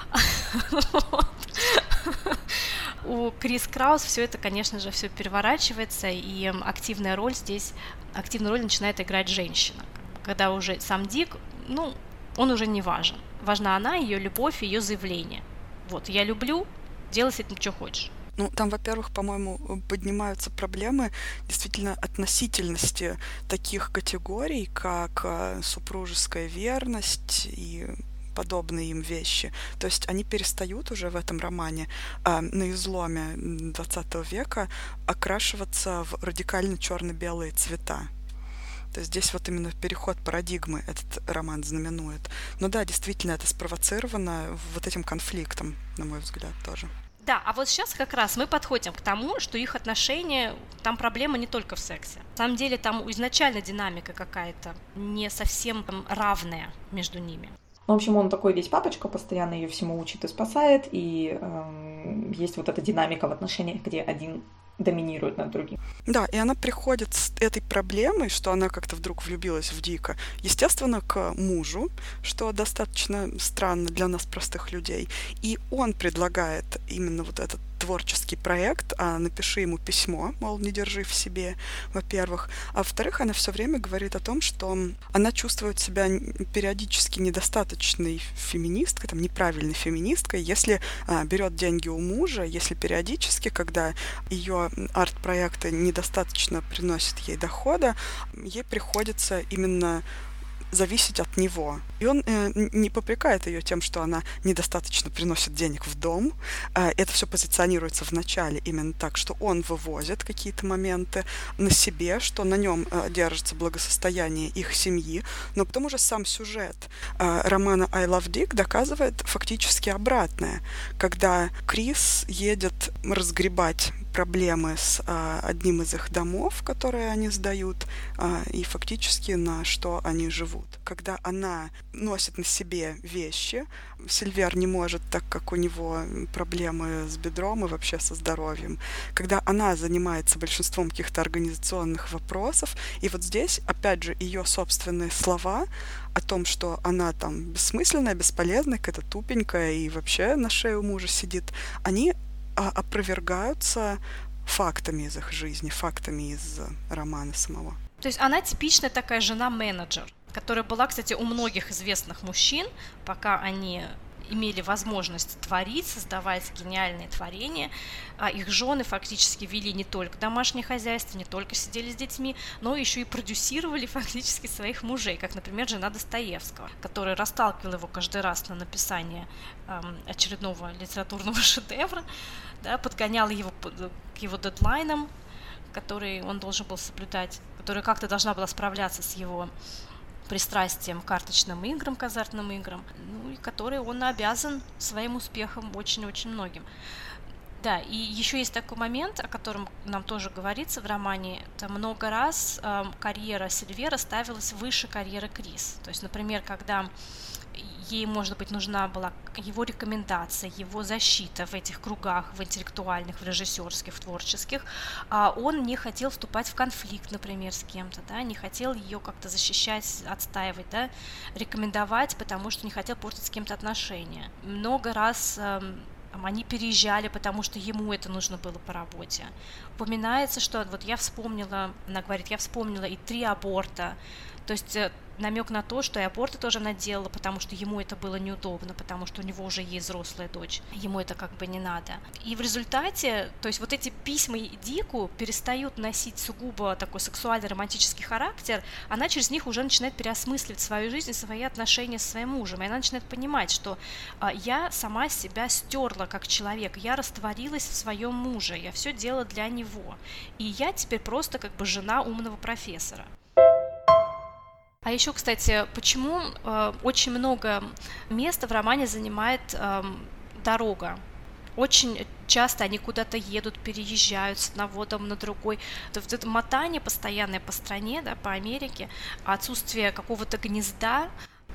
У Крис Краус все это, конечно же, все переворачивается, и активная роль здесь, активную роль начинает играть женщина. Когда уже сам Дик, ну, он уже не важен. Важна она, ее любовь, ее заявление. Вот, я люблю, делай с этим, что хочешь. Ну, там, во-первых, по-моему, поднимаются проблемы действительно относительности таких категорий, как супружеская верность и подобные им вещи. То есть они перестают уже в этом романе э, на изломе двадцатого века окрашиваться в радикально черно-белые цвета. То есть здесь вот именно переход парадигмы этот роман знаменует. Но да, действительно, это спровоцировано вот этим конфликтом, на мой взгляд, тоже. Да, а вот сейчас как раз мы подходим к тому, что их отношения, там проблема не только в сексе. На самом деле там изначально динамика какая-то не совсем там равная между ними. В общем, он такой весь папочка, постоянно ее всему учит и спасает, и э, есть вот эта динамика в отношениях, где один доминирует над другим. Да, и она приходит с этой проблемой, что она как-то вдруг влюбилась в Дика, естественно, к мужу, что достаточно странно для нас, простых людей. И он предлагает именно вот этот творческий проект, а напиши ему письмо, мол, не держи в себе, во-первых. А во-вторых, она все время говорит о том, что она чувствует себя периодически недостаточной феминисткой, там, неправильной феминисткой, если а, берет деньги у мужа, если периодически, когда ее арт-проекты недостаточно приносят ей дохода, ей приходится именно зависеть от него. И он э, не попрекает ее тем, что она недостаточно приносит денег в дом. Э, это все позиционируется в начале именно так, что он вывозит какие-то моменты на себе, что на нем э, держится благосостояние их семьи. Но потом уже сам сюжет э, романа I Love Dick доказывает фактически обратное. Когда Крис едет разгребать проблемы с а, одним из их домов, которые они сдают, а, и фактически на что они живут. Когда она носит на себе вещи, Сильвер не может, так как у него проблемы с бедром и вообще со здоровьем. Когда она занимается большинством каких-то организационных вопросов, и вот здесь, опять же, ее собственные слова о том, что она там бессмысленная, бесполезная, какая-то тупенькая и вообще на шее у мужа сидит, они опровергаются фактами из их жизни, фактами из романа самого. То есть она типичная такая жена-менеджер, которая была, кстати, у многих известных мужчин, пока они имели возможность творить, создавать гениальные творения, а их жены фактически вели не только домашнее хозяйство, не только сидели с детьми, но еще и продюсировали фактически своих мужей, как, например, жена Достоевского, которая расталкивала его каждый раз на написание эм, очередного литературного шедевра, да, подгоняла его к его дедлайнам, которые он должен был соблюдать, которая как-то должна была справляться с его пристрастием к карточным играм, к азартным играм, ну и которые он обязан своим успехом очень-очень многим. Да, и еще есть такой момент, о котором нам тоже говорится в романе. Это много раз э, карьера Сильвера ставилась выше карьеры Крис. То есть, например, когда ей, может быть, нужна была его рекомендация, его защита в этих кругах, в интеллектуальных, в режиссерских, в творческих, а он не хотел вступать в конфликт, например, с кем-то, да, не хотел ее как-то защищать, отстаивать, да, рекомендовать, потому что не хотел портить с кем-то отношения. Много раз э, они переезжали, потому что ему это нужно было по работе. Упоминается, что вот я вспомнила, она говорит, я вспомнила и три аборта, то есть намек на то, что и аборты тоже она делала, потому что ему это было неудобно, потому что у него уже есть взрослая дочь, ему это как бы не надо. И в результате, то есть вот эти письма Дику перестают носить сугубо такой сексуальный романтический характер, она через них уже начинает переосмысливать свою жизнь и свои отношения со своим мужем, и она начинает понимать, что а, я сама себя стерла как человек, я растворилась в своем муже, я все делала для него, и я теперь просто как бы жена умного профессора. А еще, кстати, почему э, очень много места в романе занимает э, дорога? Очень часто они куда-то едут, переезжают с одного дома на другой. То есть это мотание постоянное по стране, да, по Америке, отсутствие какого-то гнезда,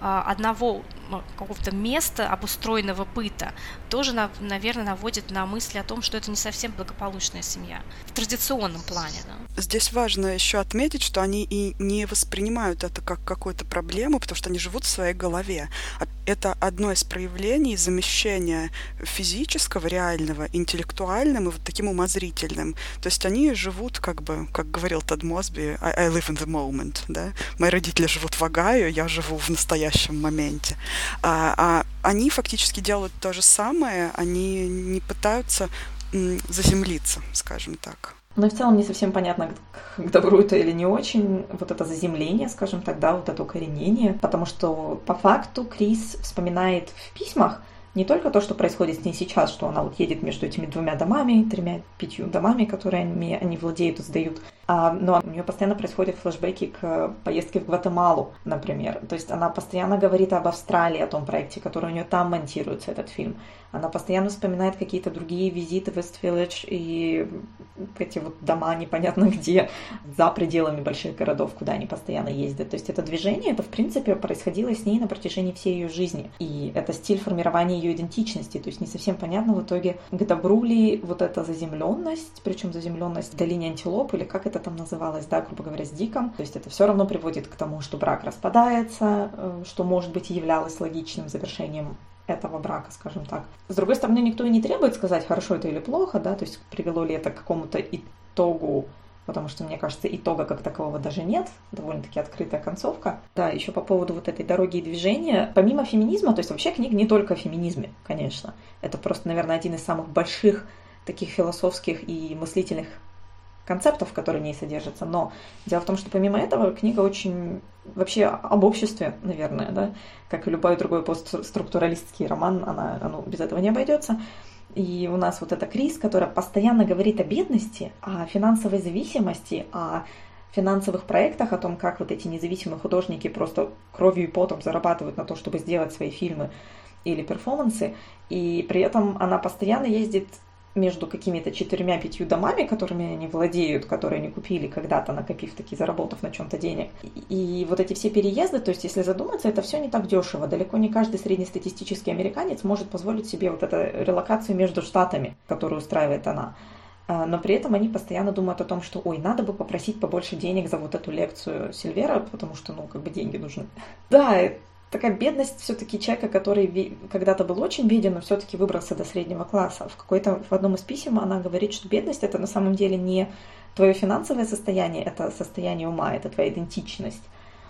одного какого-то места обустроенного быта тоже, наверное, наводит на мысли о том, что это не совсем благополучная семья в традиционном плане. Да. Здесь важно еще отметить, что они и не воспринимают это как какую-то проблему, потому что они живут в своей голове. Это одно из проявлений замещения физического, реального, интеллектуальным и вот таким умозрительным. То есть они живут, как бы, как говорил Тед Мосби, I, I live in the moment. Да? Мои родители живут в Огайо, я живу в настоящем моменте. А, а они фактически делают то же самое, они не пытаются м, заземлиться, скажем так. Но в целом не совсем понятно, к, к добру это или не очень, вот это заземление, скажем так, да, вот это укоренение, потому что по факту Крис вспоминает в письмах не только то, что происходит с ней сейчас, что она вот едет между этими двумя домами, тремя, пятью домами, которые они, они владеют и сдают, а, но у нее постоянно происходят флешбеки к поездке в Гватемалу, например. То есть она постоянно говорит об Австралии, о том проекте, который у нее там монтируется, этот фильм. Она постоянно вспоминает какие-то другие визиты в Вест-Виллидж и эти вот дома непонятно где, за пределами больших городов, куда они постоянно ездят. То есть это движение, это в принципе происходило с ней на протяжении всей ее жизни. И это стиль формирования ее идентичности. То есть не совсем понятно в итоге, к добру ли вот эта заземленность, причем заземленность в долине Антилоп, или как это там называлось, да, грубо говоря, с Диком. То есть это все равно приводит к тому, что брак распадается, что, может быть, и являлось логичным завершением этого брака, скажем так. С другой стороны, никто и не требует сказать, хорошо это или плохо, да, то есть привело ли это к какому-то итогу, потому что, мне кажется, итога как такового даже нет, довольно-таки открытая концовка. Да, еще по поводу вот этой дороги и движения. Помимо феминизма, то есть вообще книга не только о феминизме, конечно. Это просто, наверное, один из самых больших таких философских и мыслительных концептов, которые в ней содержатся. Но дело в том, что помимо этого книга очень вообще об обществе, наверное, да, как и любой другой постструктуралистский роман, она, она без этого не обойдется. И у нас вот эта Крис, которая постоянно говорит о бедности, о финансовой зависимости, о финансовых проектах, о том, как вот эти независимые художники просто кровью и потом зарабатывают на то, чтобы сделать свои фильмы или перформансы. И при этом она постоянно ездит между какими-то четырьмя-пятью домами, которыми они владеют, которые они купили когда-то, накопив таки, заработав на чем-то денег. И, и вот эти все переезды, то есть если задуматься, это все не так дешево. Далеко не каждый среднестатистический американец может позволить себе вот эту релокацию между штатами, которую устраивает она. Но при этом они постоянно думают о том, что, ой, надо бы попросить побольше денег за вот эту лекцию Сильвера, потому что, ну, как бы деньги нужны. Да, такая бедность все-таки человека, который когда-то был очень беден, но все-таки выбрался до среднего класса. В какой-то в одном из писем она говорит, что бедность это на самом деле не твое финансовое состояние, это состояние ума, это твоя идентичность.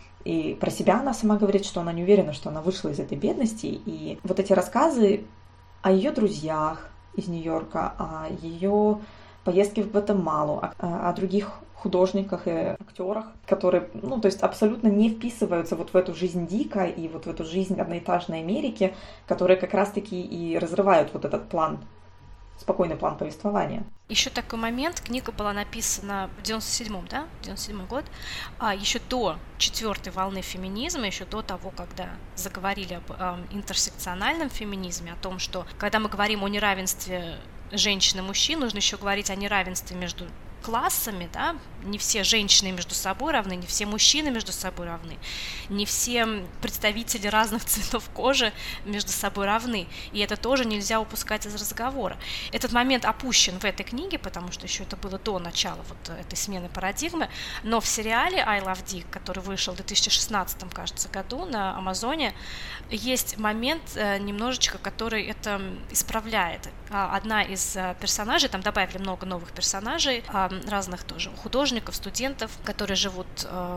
И про себя она сама говорит, что она не уверена, что она вышла из этой бедности. И вот эти рассказы о ее друзьях из Нью-Йорка, о ее поездке в Гватемалу, о, о других художниках и актерах, которые, ну, то есть абсолютно не вписываются вот в эту жизнь Дика и вот в эту жизнь одноэтажной Америки, которые как раз-таки и разрывают вот этот план, спокойный план повествования. Еще такой момент, книга была написана в девяносто седьмом, да, девяносто седьмой год, а еще до четвертой волны феминизма, еще до того, когда заговорили об э, интерсекциональном феминизме, о том, что когда мы говорим о неравенстве женщин и мужчин, нужно еще говорить о неравенстве между классами, да, не все женщины между собой равны, не все мужчины между собой равны, не все представители разных цветов кожи между собой равны, и это тоже нельзя упускать из разговора. Этот момент опущен в этой книге, потому что еще это было до начала вот этой смены парадигмы, но в сериале I Love Dick, который вышел в две тысячи шестнадцатом, кажется, году на Амазоне, есть момент немножечко, который это исправляет. Одна из персонажей, там добавили много новых персонажей, разных тоже художников, студентов, которые живут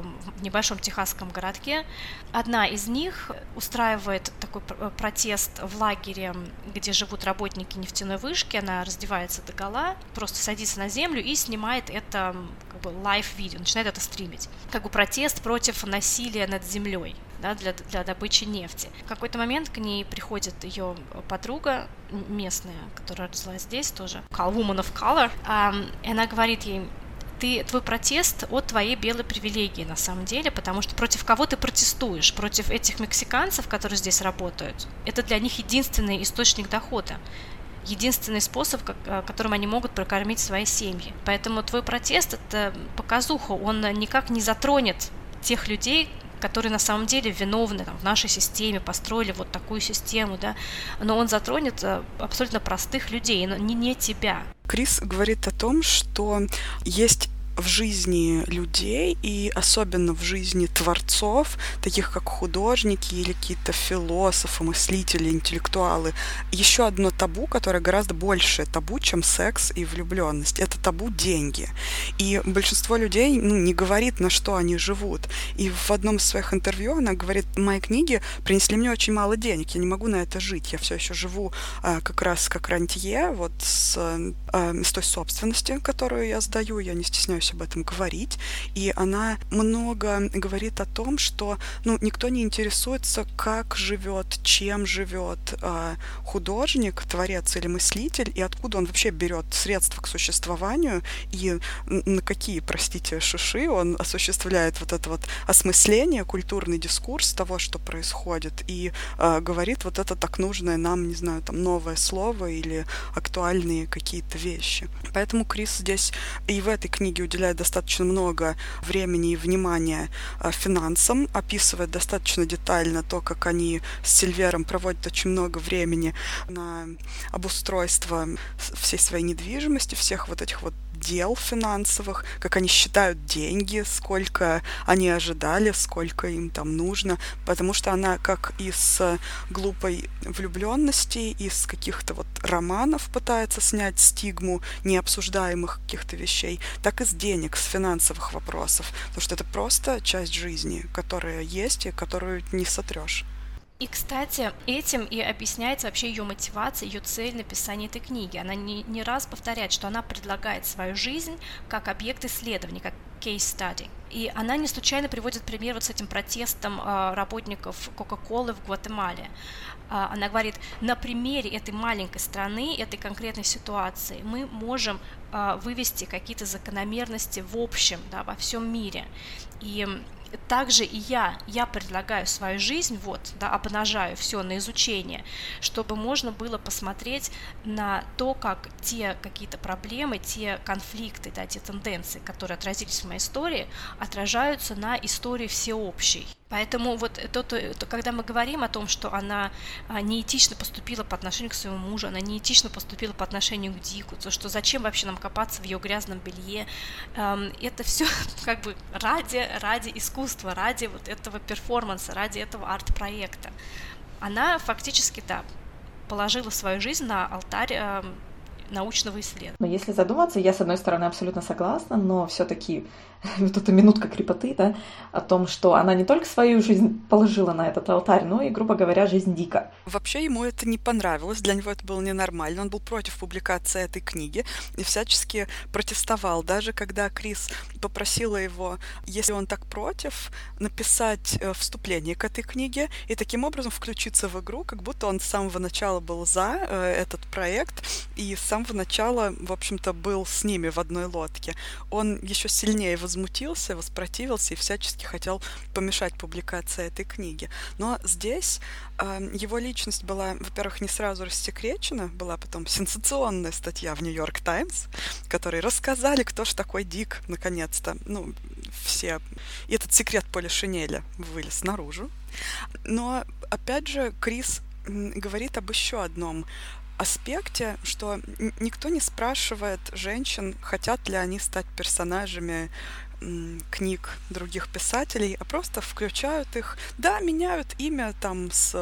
в небольшом техасском городке. Одна из них устраивает такой протест в лагере, где живут работники нефтяной вышки. Она раздевается догола, просто садится на землю и снимает это как бы лайв-видео, начинает это стримить. Как бы протест против насилия над землей. Да, для, для добычи нефти. В какой-то момент к ней приходит ее подруга местная, которая родилась здесь тоже, Woman of Color, и она говорит ей: ты, твой протест от твоей белой привилегии на самом деле, потому что против кого ты протестуешь? Против этих мексиканцев, которые здесь работают. Это для них единственный источник дохода. Единственный способ, которым они могут прокормить свои семьи. Поэтому твой протест — это показуха, он никак не затронет тех людей, которые на самом деле виновны там, в нашей системе, построили вот такую систему, да, но он затронет абсолютно простых людей, но не, не тебя. Крис говорит о том, что есть в жизни людей и особенно в жизни творцов, таких как художники или какие-то философы, мыслители, интеллектуалы, еще одно табу, которое гораздо больше табу, чем секс и влюбленность. Это табу деньги. И большинство людей ну, не говорит, на что они живут. И в одном из своих интервью она говорит: мои книги принесли мне очень мало денег, я не могу на это жить, я все еще живу а, как раз как рантье, вот с, а, с той собственностью, которую я сдаю, я не стесняюсь об этом говорить, и она много говорит о том, что ну, никто не интересуется, как живет, чем живет э, художник, творец или мыслитель, и откуда он вообще берет средства к существованию, и на какие, простите, шиши он осуществляет вот это вот осмысление, культурный дискурс того, что происходит, и э, говорит вот это так нужное нам, не знаю, там, новое слово или актуальные какие-то вещи. Поэтому Крис здесь и в этой книге уделяет достаточно много времени и внимания финансам, описывает достаточно детально то, как они с Сильвером проводят очень много времени на обустройство всей своей недвижимости, всех вот этих вот дел финансовых, как они считают деньги, сколько они ожидали, сколько им там нужно, потому что она как из глупой влюбленности, из каких-то вот романов пытается снять стигму необсуждаемых каких-то вещей, так и с денег, с финансовых вопросов, потому что это просто часть жизни, которая есть и которую не сотрешь. И, кстати, этим и объясняется вообще ее мотивация, ее цель написания этой книги. Она не, не раз повторяет, что она предлагает свою жизнь как объект исследования, как case study. И она не случайно приводит пример вот с этим протестом э, работников Кока-Колы в Гватемале. Э, она говорит, на примере этой маленькой страны, этой конкретной ситуации мы можем э, вывести какие-то закономерности в общем, да, во всем мире. И также и я, я предлагаю свою жизнь, вот, да, обнажаю все на изучение, чтобы можно было посмотреть на то, как те какие-то проблемы, те конфликты, да, те тенденции, которые отразились в моей истории, отражаются на истории всеобщей. Поэтому вот то, то, то, когда мы говорим о том, что она неэтично поступила по отношению к своему мужу, она неэтично поступила по отношению к Дику, то что зачем вообще нам копаться в ее грязном белье, эм, это все как бы ради, ради искусства, ради вот этого перформанса, ради этого арт-проекта. Она фактически, да, положила свою жизнь на алтарь эм, научного исследования. Но если задуматься, я, с одной стороны, абсолютно согласна, но все-таки вот эта минутка крепоты, да, о том, что она не только свою жизнь положила на этот алтарь, но и, грубо говоря, жизнь Дика. Вообще ему это не понравилось, для него это было ненормально, он был против публикации этой книги и всячески протестовал, даже когда Крис попросила его, если он так против, написать вступление к этой книге и таким образом включиться в игру, как будто он с самого начала был за этот проект и с самого самого начала, в общем-то, был с ними в одной лодке. Он еще сильнее возмутился, воспротивился и всячески хотел помешать публикации этой книги. Но здесь э, его личность была, во-первых, не сразу рассекречена, была потом сенсационная статья в Нью-Йорк Таймс, в которой рассказали, кто же такой Дик, наконец-то. Ну, все. И этот секрет Поля Шинеля вылез наружу. Но, опять же, Крис говорит об еще одном аспекте, что никто не спрашивает женщин, хотят ли они стать персонажами книг других писателей, а просто включают их, да, меняют имя там с,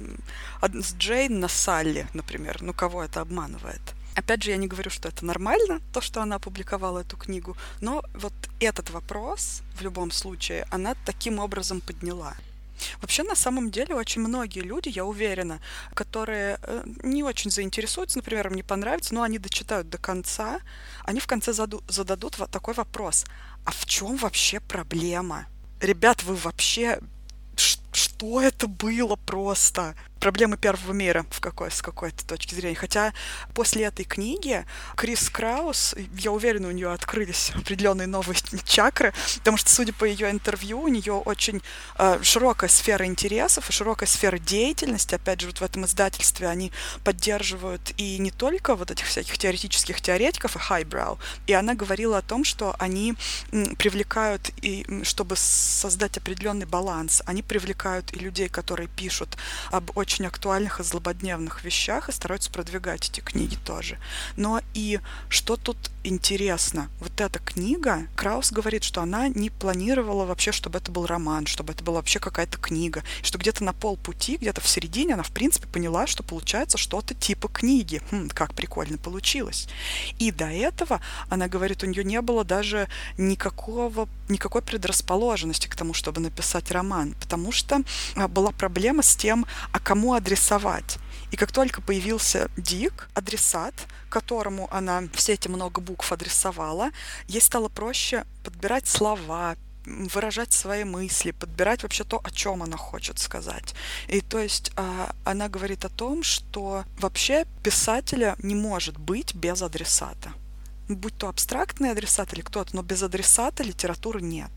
с Джейн на Салли, например. Ну, кого это обманывает? Опять же, я не говорю, что это нормально, то, что она опубликовала эту книгу, но вот этот вопрос, в любом случае, она таким образом подняла. Вообще, на самом деле, очень многие люди, я уверена, которые не очень заинтересуются, например, им не понравится, но они дочитают до конца, они в конце заду- зададут вот такой вопрос. А в чем вообще проблема? Ребят, вы вообще... Что это было просто? Проблемы первого мира в какой, с какой-то точки зрения. Хотя после этой книги Крис Краус, я уверена, у нее открылись определенные новые чакры, потому что, судя по ее интервью, у нее очень э, широкая сфера интересов и широкая сфера деятельности. Опять же, вот в этом издательстве они поддерживают и не только вот этих всяких теоретических теоретиков и highbrow, и она говорила о том, что они м, привлекают, и, чтобы создать определенный баланс, они привлекают и людей, которые пишут об очень очень актуальных и злободневных вещах и стараются продвигать эти книги тоже. Но и что тут интересно, вот эта книга, Краус говорит, что она не планировала вообще, чтобы это был роман, чтобы это была вообще какая-то книга, что где-то на полпути, где-то в середине она, в принципе, поняла, что получается что-то типа книги. Хм, как прикольно получилось. И до этого, она говорит, у нее не было даже никакого, никакой предрасположенности к тому, чтобы написать роман, потому что была проблема с тем, а кому адресовать. И как только появился Дик, адресат, которому она все эти много букв адресовала, ей стало проще подбирать слова, выражать свои мысли, подбирать вообще то, о чем она хочет сказать. И то есть она говорит о том, что вообще писателя не может быть без адресата. Будь то абстрактный адресат или кто-то, но без адресата литературы нет.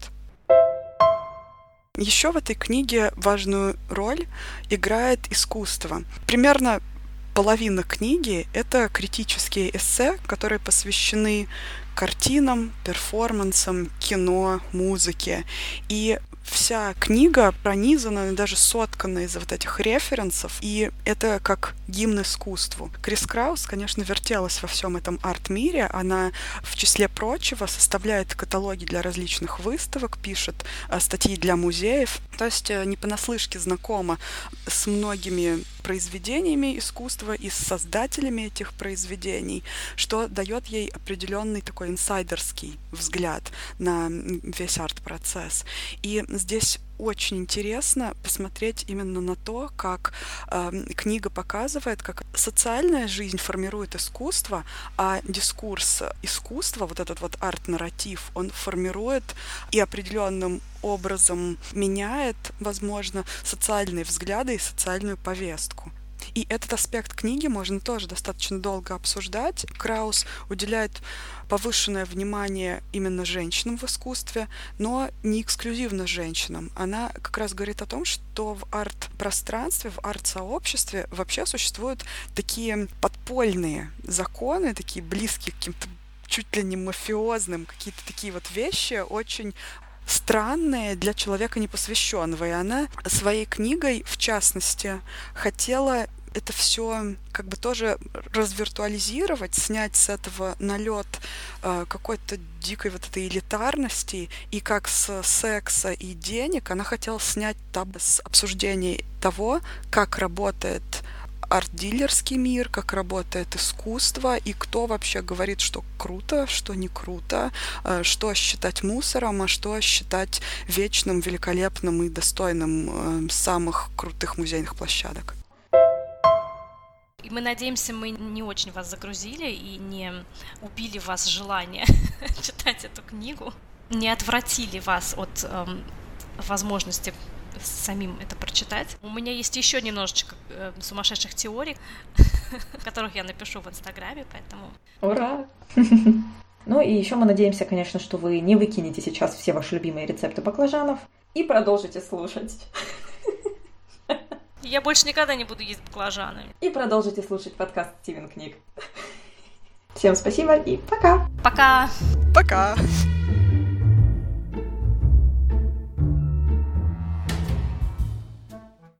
Еще в этой книге важную роль играет искусство. Примерно половина книги — это критические эссе, которые посвящены картинам, перформансам, кино, музыке. И вся книга пронизана, даже соткана из вот этих референсов, и это как гимн искусству. Крис Краус, конечно, вертелась во всем этом арт-мире. Она, в числе прочего, составляет каталоги для различных выставок, пишет статьи для музеев. То есть не понаслышке знакома с многими произведениями искусства и с создателями этих произведений, что дает ей определенный такой инсайдерский взгляд на весь арт-процесс. И здесь очень интересно посмотреть именно на то, как э, книга показывает, как социальная жизнь формирует искусство, а дискурс искусства, вот этот вот арт-нарратив, он формирует и определенным образом меняет, возможно, социальные взгляды и социальную повестку. И этот аспект книги можно тоже достаточно долго обсуждать. Краус уделяет повышенное внимание именно женщинам в искусстве, но не эксклюзивно женщинам. Она как раз говорит о том, что в арт-пространстве, в арт-сообществе вообще существуют такие подпольные законы, такие близкие к каким-то чуть ли не мафиозным, какие-то такие вот вещи очень странные для человека непосвященного. И она своей книгой, в частности, хотела это все как бы тоже развиртуализировать, снять с этого налет э, какой-то дикой вот этой элитарности, и как с секса и денег она хотела снять там с обсуждений того, как работает арт-дилерский мир, как работает искусство, и кто вообще говорит, что круто, что не круто, что считать мусором, а что считать вечным, великолепным и достойным самых крутых музейных площадок. И мы надеемся, мы не очень вас загрузили и не убили вас желание читать эту книгу, не отвратили вас от эм, возможности самим это прочитать. У меня есть еще немножечко э, сумасшедших теорий которых я напишу в Инстаграме, поэтому... Ура! Ну и еще мы надеемся, конечно, что вы не выкинете сейчас все ваши любимые рецепты баклажанов и продолжите слушать. Я больше никогда не буду есть баклажаны. И продолжите слушать подкаст Стивен Книг. Всем спасибо и пока! Пока! Пока!